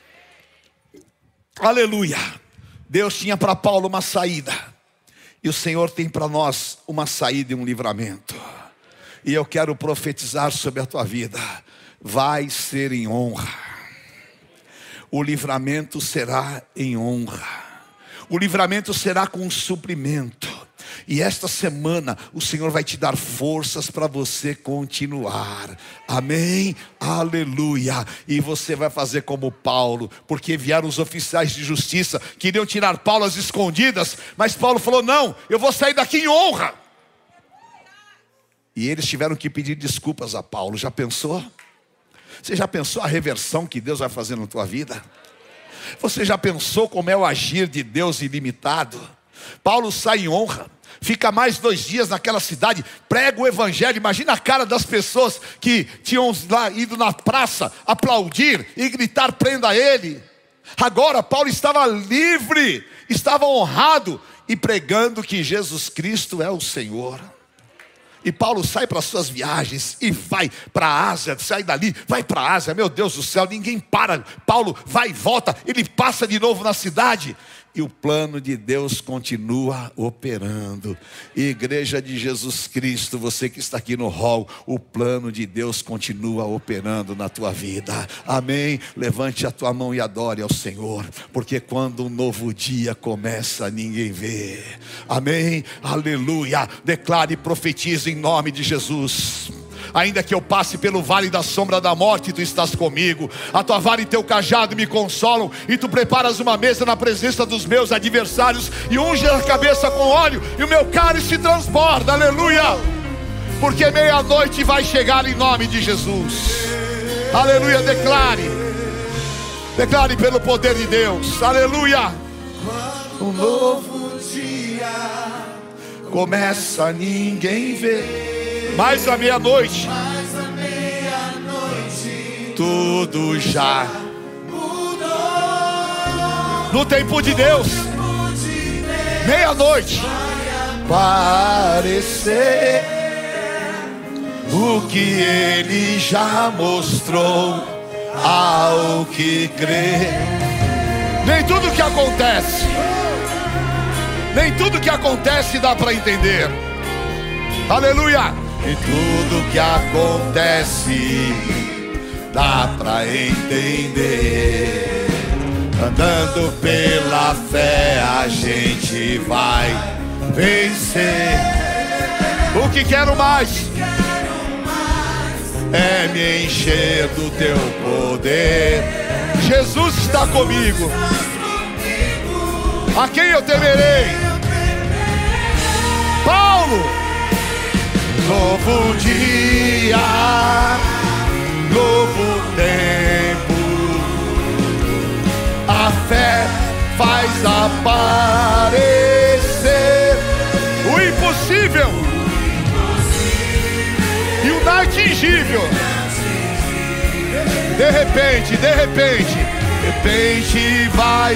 Aleluia. Deus tinha para Paulo uma saída, e o Senhor tem para nós uma saída e um livramento. E eu quero profetizar sobre a tua vida: vai ser em honra. O livramento será em honra. O livramento será com suprimento. E esta semana o Senhor vai te dar forças para você continuar. Amém? Aleluia. E você vai fazer como Paulo, porque vieram os oficiais de justiça, queriam tirar Paulo às escondidas, mas Paulo falou: não, eu vou sair daqui em honra. E eles tiveram que pedir desculpas a Paulo. Já pensou? Você já pensou a reversão que Deus vai fazer na tua vida? Você já pensou como é o agir de Deus ilimitado? Paulo sai em honra, fica mais 2 dias naquela cidade, prega o evangelho. Imagina a cara das pessoas que tinham lá ido na praça aplaudir e gritar: prenda ele. Agora Paulo estava livre, estava honrado e pregando que Jesus Cristo é o Senhor. E Paulo sai para suas viagens e vai para a Ásia, sai dali, vai para a Ásia. Meu Deus do céu, ninguém para. Paulo vai e volta, ele passa de novo na cidade. E o plano de Deus continua operando. Igreja de Jesus Cristo, você que está aqui no hall, o plano de Deus continua operando na tua vida. Amém? Levante a tua mão e adore ao Senhor, porque quando um novo dia começa, ninguém vê. Amém? Aleluia. Declare e profetize em nome de Jesus: ainda que eu passe pelo vale da sombra da morte, tu estás comigo. A tua vara e teu cajado me consolam. E tu preparas uma mesa na presença dos meus adversários, e unge a cabeça com óleo, e o meu cálice transborda. Aleluia. Porque meia-noite vai chegar em nome de Jesus. Aleluia. Declare pelo poder de Deus. Aleluia. Um novo dia começa, ninguém vê. Mais a meia-noite, tudo já mudou. No tempo de Deus, meia-noite vai aparecer o que Ele já mostrou ao que crê. Nem tudo que acontece dá para entender. Aleluia. E tudo que acontece dá pra entender. Andando pela fé a gente vai vencer. O que quero mais é me encher do teu poder. Jesus está comigo. A quem eu temerei? Paulo. Novo dia, novo tempo. A fé faz aparecer o impossível e o inatingível. De repente vai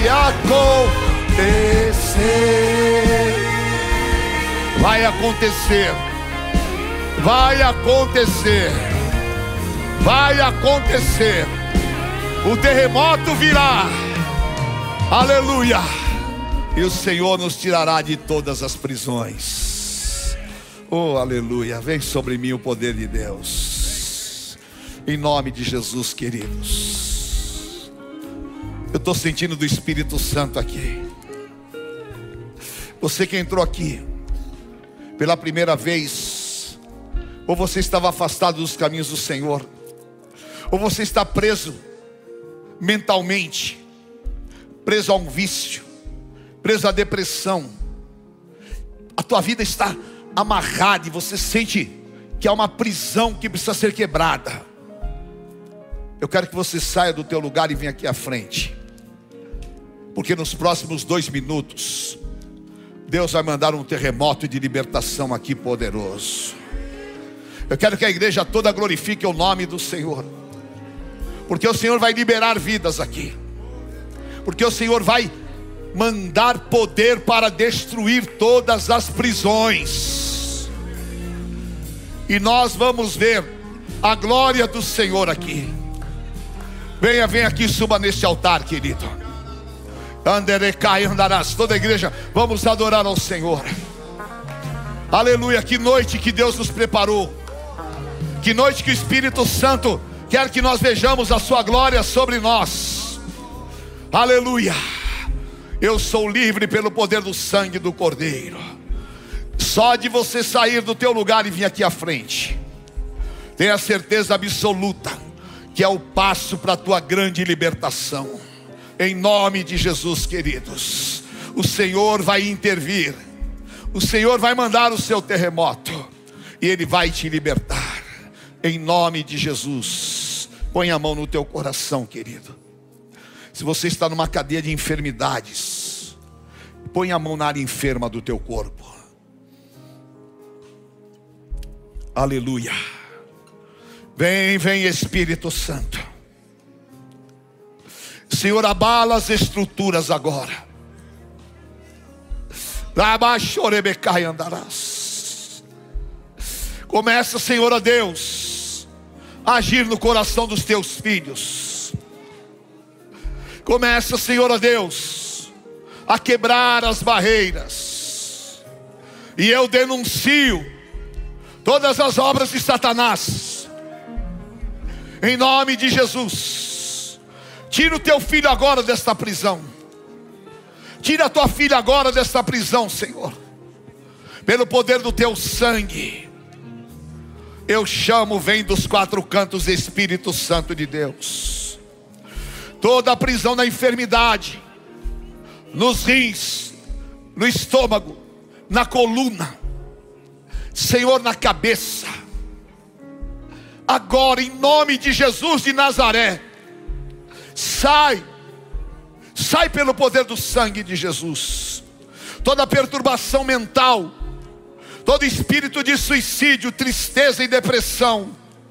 acontecer. Vai acontecer. Vai acontecer. Vai acontecer. O terremoto virá. Aleluia. E o Senhor nos tirará de todas as prisões. Oh, aleluia. Vem sobre mim o poder de Deus. Em nome de Jesus, queridos. Eu estou sentindo do Espírito Santo aqui. Você que entrou aqui pela primeira vez, ou você estava afastado dos caminhos do Senhor, ou você está preso mentalmente, preso a um vício, preso à depressão. A tua vida está amarrada e você sente que há uma prisão que precisa ser quebrada. Eu quero que você saia do teu lugar e venha aqui à frente, porque nos próximos 2 minutos Deus vai mandar um terremoto de libertação aqui poderoso. Eu quero que a igreja toda glorifique o nome do Senhor, porque o Senhor vai liberar vidas aqui, porque o Senhor vai mandar poder para destruir todas as prisões. E nós vamos ver a glória do Senhor aqui. Venha aqui, suba neste altar, querido. Anderecai, andarás. Toda a igreja, vamos adorar ao Senhor. Aleluia, que noite que Deus nos preparou. Que noite que o Espírito Santo quer que nós vejamos a sua glória sobre nós. Aleluia. Eu sou livre pelo poder do sangue do Cordeiro. Só de você sair do teu lugar e vir aqui à frente, tenha certeza absoluta que é o passo para a tua grande libertação. Em nome de Jesus, queridos, o Senhor vai intervir. O Senhor vai mandar o seu terremoto e Ele vai te libertar. Em nome de Jesus. Põe a mão no teu coração, querido. Se você está numa cadeia de enfermidades, põe a mão na área enferma do teu corpo. Aleluia. Vem Espírito Santo. Senhor, abala as estruturas agora. Começa, Senhor, a Deus, a agir no coração dos teus filhos. Começa, Senhor, a Deus, a quebrar as barreiras. E eu denuncio todas as obras de Satanás, em nome de Jesus. Tira o teu filho agora desta prisão. Tira a tua filha agora desta prisão, Senhor. Pelo poder do teu sangue. Eu chamo, vem dos quatro cantos, Espírito Santo de Deus. Toda a prisão da enfermidade, nos rins, no estômago, na coluna, Senhor, na cabeça, agora em nome de Jesus de Nazaré, sai pelo poder do sangue de Jesus. Toda perturbação mental, todo espírito de suicídio, tristeza e depressão,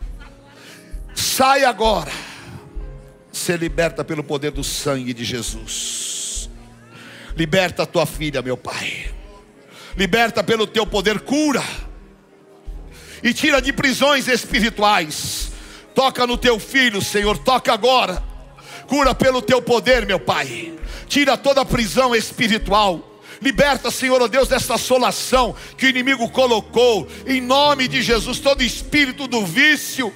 sai agora. Se liberta pelo poder do sangue de Jesus. Liberta a tua filha, meu Pai. Liberta pelo teu poder, cura. E tira de prisões espirituais. Toca no teu filho, Senhor, toca agora. Cura pelo teu poder, meu Pai. Tira toda a prisão espiritual. Liberta, Senhor, ó Deus, dessa assolação que o inimigo colocou. Em nome de Jesus, todo espírito do vício,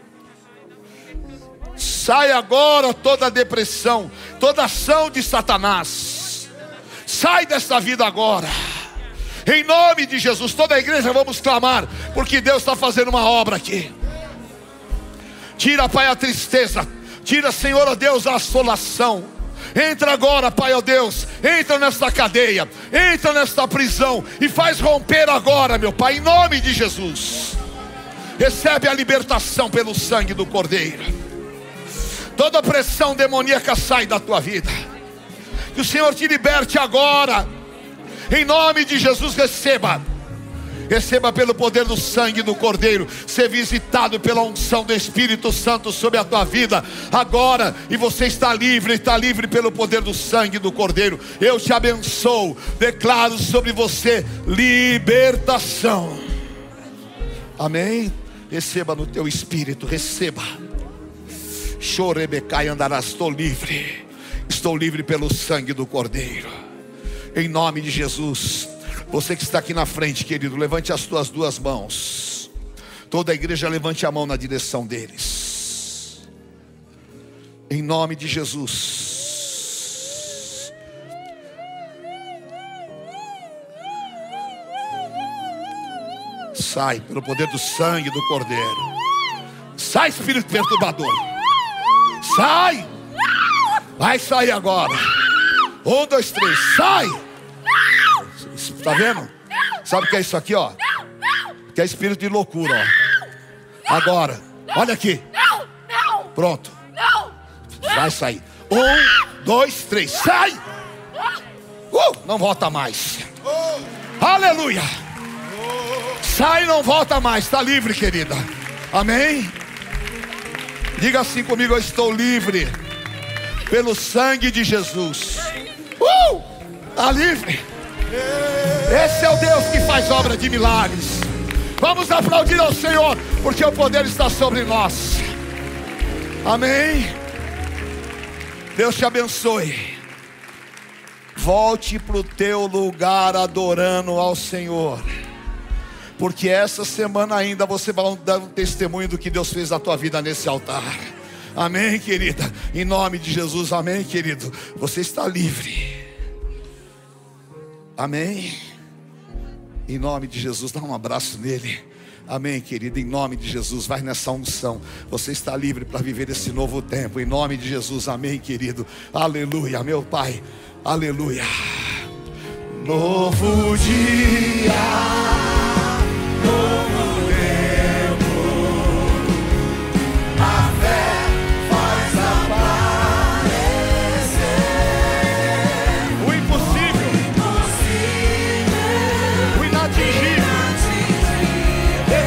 sai agora toda a depressão, toda ação de Satanás. Sai dessa vida agora. Em nome de Jesus, toda a igreja vamos clamar, porque Deus está fazendo uma obra aqui. Tira, Pai, a tristeza. Tira, Senhor, ó Deus, a assolação. Entra agora, Pai, ó Deus. Entra nesta cadeia, entra nesta prisão e faz romper agora, meu Pai, em nome de Jesus. Recebe a libertação pelo sangue do Cordeiro. Toda pressão demoníaca sai da tua vida. Que o Senhor te liberte agora. Em nome de Jesus, receba pelo poder do sangue do Cordeiro. Ser visitado pela unção do Espírito Santo sobre a tua vida agora. E você está livre pelo poder do sangue do Cordeiro. Eu te abençoo, declaro sobre você libertação. Amém? Receba no teu espírito, receba. Chorebecai, andarás. Estou livre pelo sangue do Cordeiro. Em nome de Jesus. Você que está aqui na frente, querido, levante as tuas duas mãos. Toda a igreja levante a mão na direção deles. Em nome de Jesus. Sai pelo poder do sangue do Cordeiro. Sai, espírito perturbador. Sai. Vai sair agora. 1, 2, 3, sai. Está vendo? Sabe o que é isso aqui, ó? Que é espírito de loucura, ó. Agora, olha aqui. Pronto. Vai sair. 1, 2, 3, sai. Não volta mais. Aleluia. Sai e não volta mais. Está livre, querida. Amém? Diga assim comigo: eu estou livre pelo sangue de Jesus. Está livre. Esse é o Deus que faz obra de milagres. Vamos aplaudir ao Senhor, porque o poder está sobre nós. Amém. Deus te abençoe. Volte para o teu lugar adorando ao Senhor, porque essa semana ainda você vai dar um testemunho do que Deus fez na tua vida nesse altar. Amém, querida? Em nome de Jesus, amém, querido? Você está livre. Amém? Em nome de Jesus, dá um abraço nele. Amém, querido? Em nome de Jesus, vai nessa unção. Você está livre para viver esse novo tempo. Em nome de Jesus, amém, querido? Aleluia, meu Pai. Aleluia. Novo dia, novo tempo. A fé faz aparecer o impossível, o inatingível. De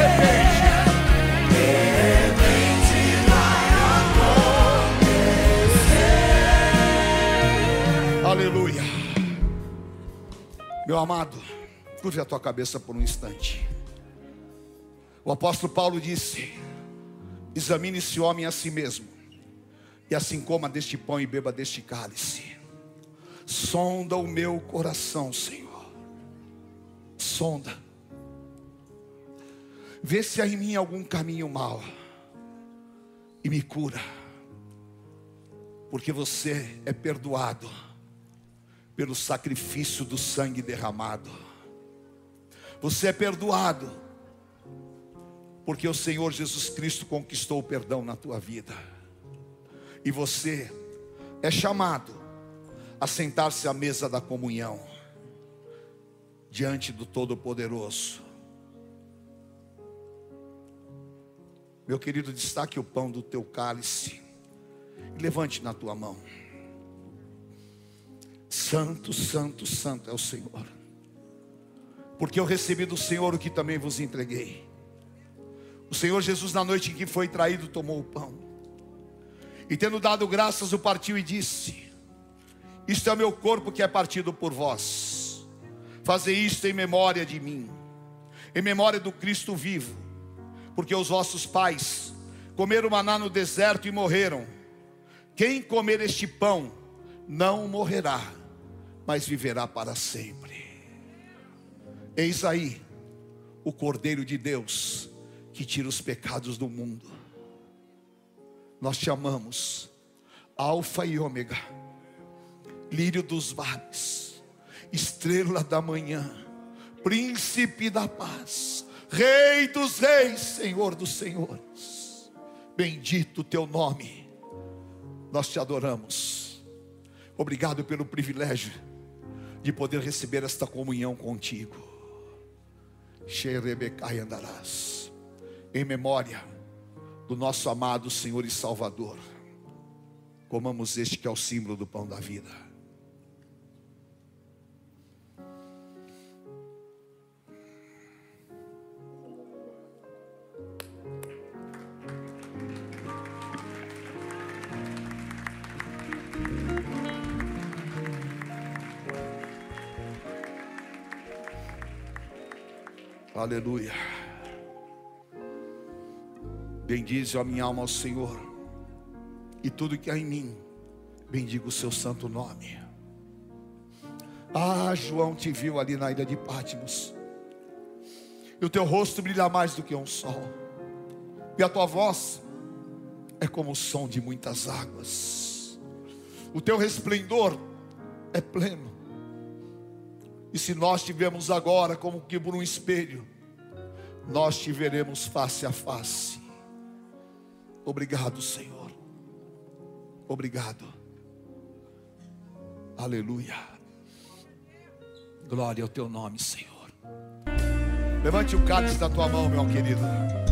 repente vai acontecer. Aleluia. Meu amado, curve a tua cabeça por um instante. O apóstolo Paulo disse: examine esse homem a si mesmo, e assim coma deste pão e beba deste cálice. Sonda o meu coração, Senhor. Sonda. Vê se há em mim algum caminho mau e me cura, porque você é perdoado pelo sacrifício do sangue derramado. Você é perdoado porque o Senhor Jesus Cristo conquistou o perdão na tua vida. E você é chamado a sentar-se à mesa da comunhão diante do Todo-Poderoso. Meu querido, destaque o pão do teu cálice e levante na tua mão. Santo, santo, santo é o Senhor, porque eu recebi do Senhor o que também vos entreguei. O Senhor Jesus, na noite em que foi traído, tomou o pão e, tendo dado graças, o partiu e disse: isto é o meu corpo que é partido por vós. Fazei isto em memória de mim, em memória do Cristo vivo, porque os vossos pais comeram maná no deserto e morreram. Quem comer este pão não morrerá, mas viverá para sempre. Eis aí o Cordeiro de Deus que tira os pecados do mundo. Nós te amamos, Alfa e Ômega, lírio dos vales, estrela da manhã, príncipe da paz, Rei dos reis, Senhor dos senhores. Bendito o teu nome. Nós te adoramos. Obrigado pelo privilégio de poder receber esta comunhão contigo. Xerebecai andarás, em memória do nosso amado Senhor e Salvador. Comamos este que é o símbolo do pão da vida. Aleluia. Bendize a minha alma ao Senhor, e tudo que há em mim, bendiga o seu santo nome. Ah, João te viu ali na ilha de Patmos, e o teu rosto brilha mais do que um sol, e a tua voz é como o som de muitas águas. O teu resplendor é pleno. E se nós te vemos agora como que por um espelho, nós te veremos face a face. Obrigado, Senhor. Obrigado. Aleluia. Glória ao teu nome, Senhor. Levante o cálice da tua mão, meu querido.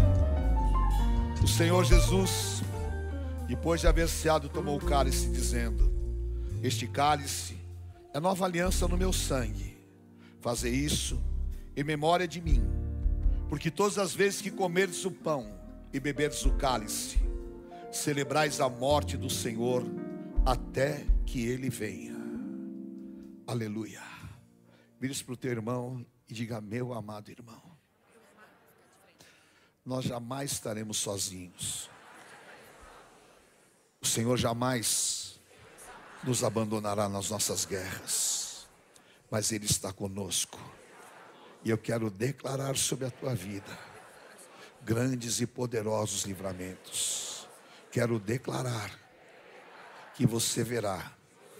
O Senhor Jesus, depois de haver ceado, tomou o cálice, dizendo: este cálice é nova aliança no meu sangue. Fazei isso em memória de mim, porque todas as vezes que comerdes o pão e beberdes o cálice, celebrais a morte do Senhor até que Ele venha. Aleluia. Vire-se para o teu irmão e diga: meu amado irmão. nós jamais estaremos sozinhos. O Senhor jamais nos abandonará nas nossas guerras, mas Ele está conosco. E eu quero declarar sobre a tua vida grandes e poderosos livramentos. Quero declarar que você verá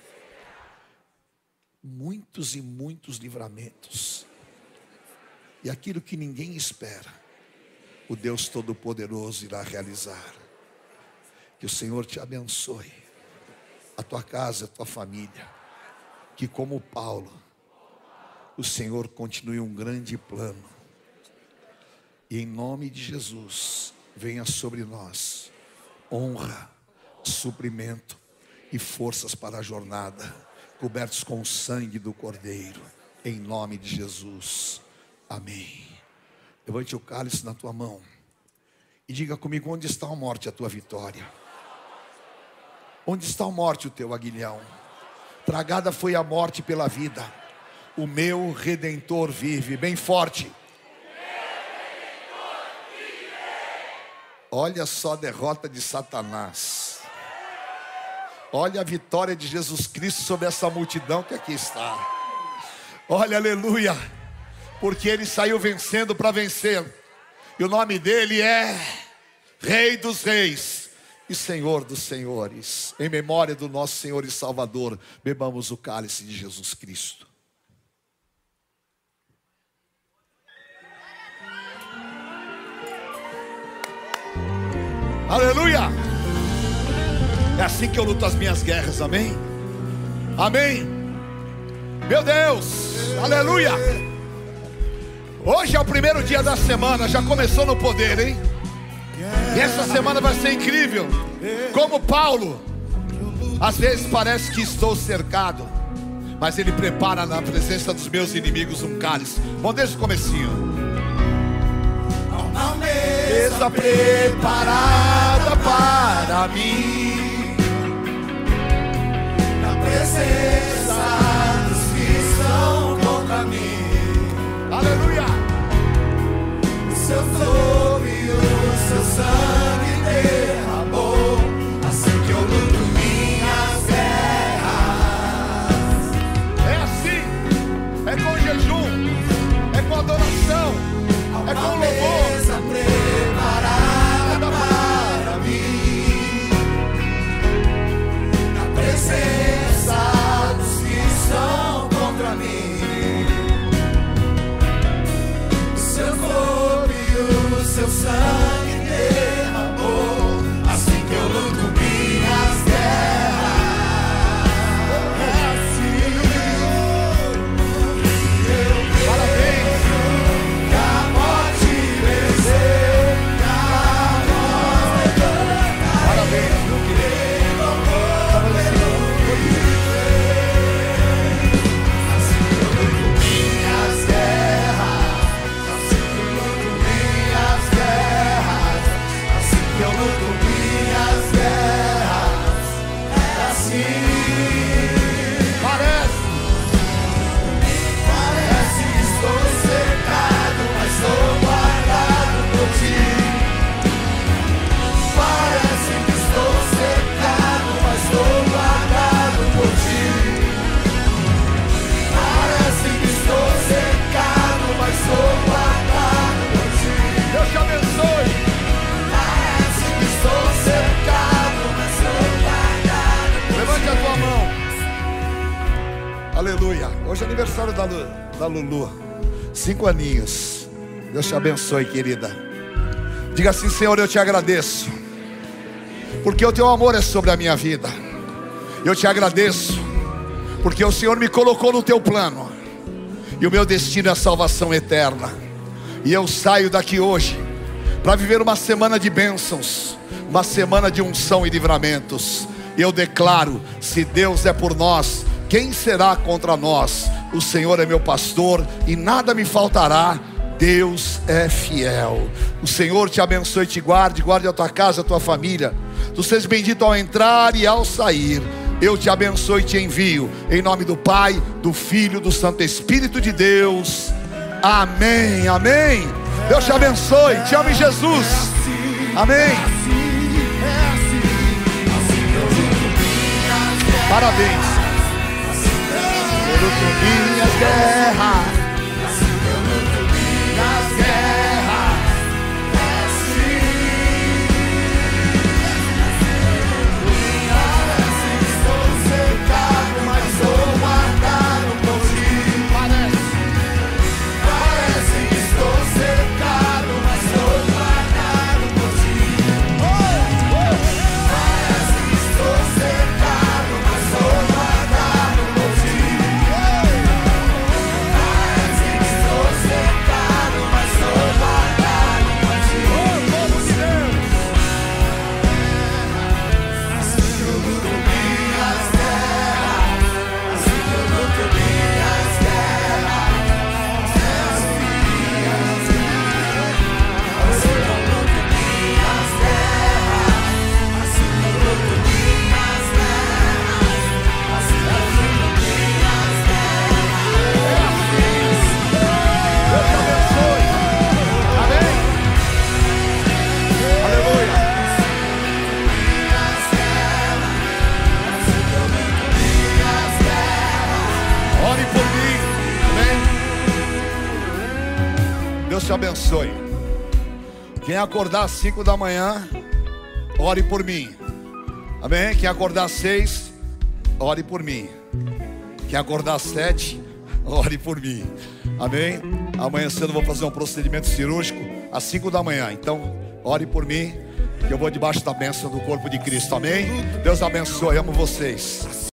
muitos e muitos livramentos. E aquilo que ninguém espera, o Deus Todo-Poderoso irá realizar. Que o Senhor te abençoe, a tua casa, a tua família. Que como Paulo, o Senhor continue um grande plano. E em nome de Jesus, venha sobre nós honra, suprimento e forças para a jornada, cobertos com o sangue do Cordeiro, em nome de Jesus. Amém. Levante o cálice na tua mão e diga comigo: onde está a morte, a tua vitória? Onde está a morte, o teu aguilhão? Tragada foi a morte pela vida, o meu Redentor vive. Bem forte. Olha só a derrota de Satanás. Olha a vitória de Jesus Cristo sobre essa multidão que aqui está. Olha, aleluia. Porque Ele saiu vencendo para vencer. E o nome dEle é Rei dos Reis e Senhor dos Senhores. Em memória do nosso Senhor e Salvador, bebamos o cálice de Jesus Cristo. Aleluia. É assim que eu luto as minhas guerras, amém? Amém. Meu Deus, aleluia. Hoje é o primeiro dia da semana, já começou no poder, hein? E essa semana vai ser incrível. Como Paulo, às vezes parece que estou cercado, mas ele prepara na presença dos meus inimigos um cálice. Bom, desde o comecinho. Uma mesa preparada para mim, na presença dos que estão contra mim. Aleluia. O seu fogo e o seu sangue derramou, assim que eu luto minhas guerras. É assim, é com jejum, é com adoração, é com louvor. Preparada para mim, na presença dos que estão contra mim. O seu corpo e o seu sangue derramou, assim que eu luto minhas guerras. É assim. Parabéns. Que a morte venceu, que a morte Parabéns, meu querido. assim que eu luto minhas guerras, assim que eu luto minhas guerras, assim que eu luto minhas guerras. É assim. Parece que estou cercado, mas sou guardado por ti. Parece que estou cercado, mas sou guardado por ti. Parece que estou cercado, mas sou guardado por ti. Deus te abençoe. Parece que estou cercado, mas sou guardado por ti. Levante a tua mão. Aleluia. Hoje é aniversário da Lulu. 5 aninhos. Deus te abençoe, querida. Diga assim: Senhor, eu te agradeço, porque o teu amor é sobre a minha vida. Eu te agradeço, porque o Senhor me colocou no teu plano, e o meu destino é a salvação eterna. E eu saio daqui hoje para viver uma semana de bênçãos, uma semana de unção e livramentos. E eu declaro: se Deus é por nós, quem será contra nós? O Senhor é meu pastor e nada me faltará. Deus é fiel. O Senhor te abençoe e te guarde. Guarde a tua casa, a tua família. Tu sejas bendito ao entrar e ao sair. Eu te abençoe e te envio, em nome do Pai, do Filho, do Santo Espírito de Deus. Amém, amém. Deus te abençoe. Te amo em Jesus. Amém. Parabéns. Eu luto minhas guerras. Nas guerras. Estou cercado, mas sou marcado por ti. Parece que estou cercado, mas sou marcado por ti. Parece que estou cercado, mas sou marcado por ti. Parece que estou cercado, mas sou marcado por ti. Assim que eu luto minhas guerras, assim que eu luto minhas guerras, assim que eu luto minhas guerras, assim que eu luto minhas guerras, assim que eu luto minhas guerras. Deus te abençoe. Amém. Aleluia. Ore por mim. Amém. Deus te abençoe. Quem acordar às 5 da manhã, ore por mim. Amém. Quem acordar às 6, ore por mim. Quem acordar às 7, ore por mim. Amém. Amanhã cedo eu vou fazer um procedimento cirúrgico às 5 da manhã. Então, ore por mim, que eu vou debaixo da bênção do corpo de Cristo. Amém. Deus abençoe. Amo vocês.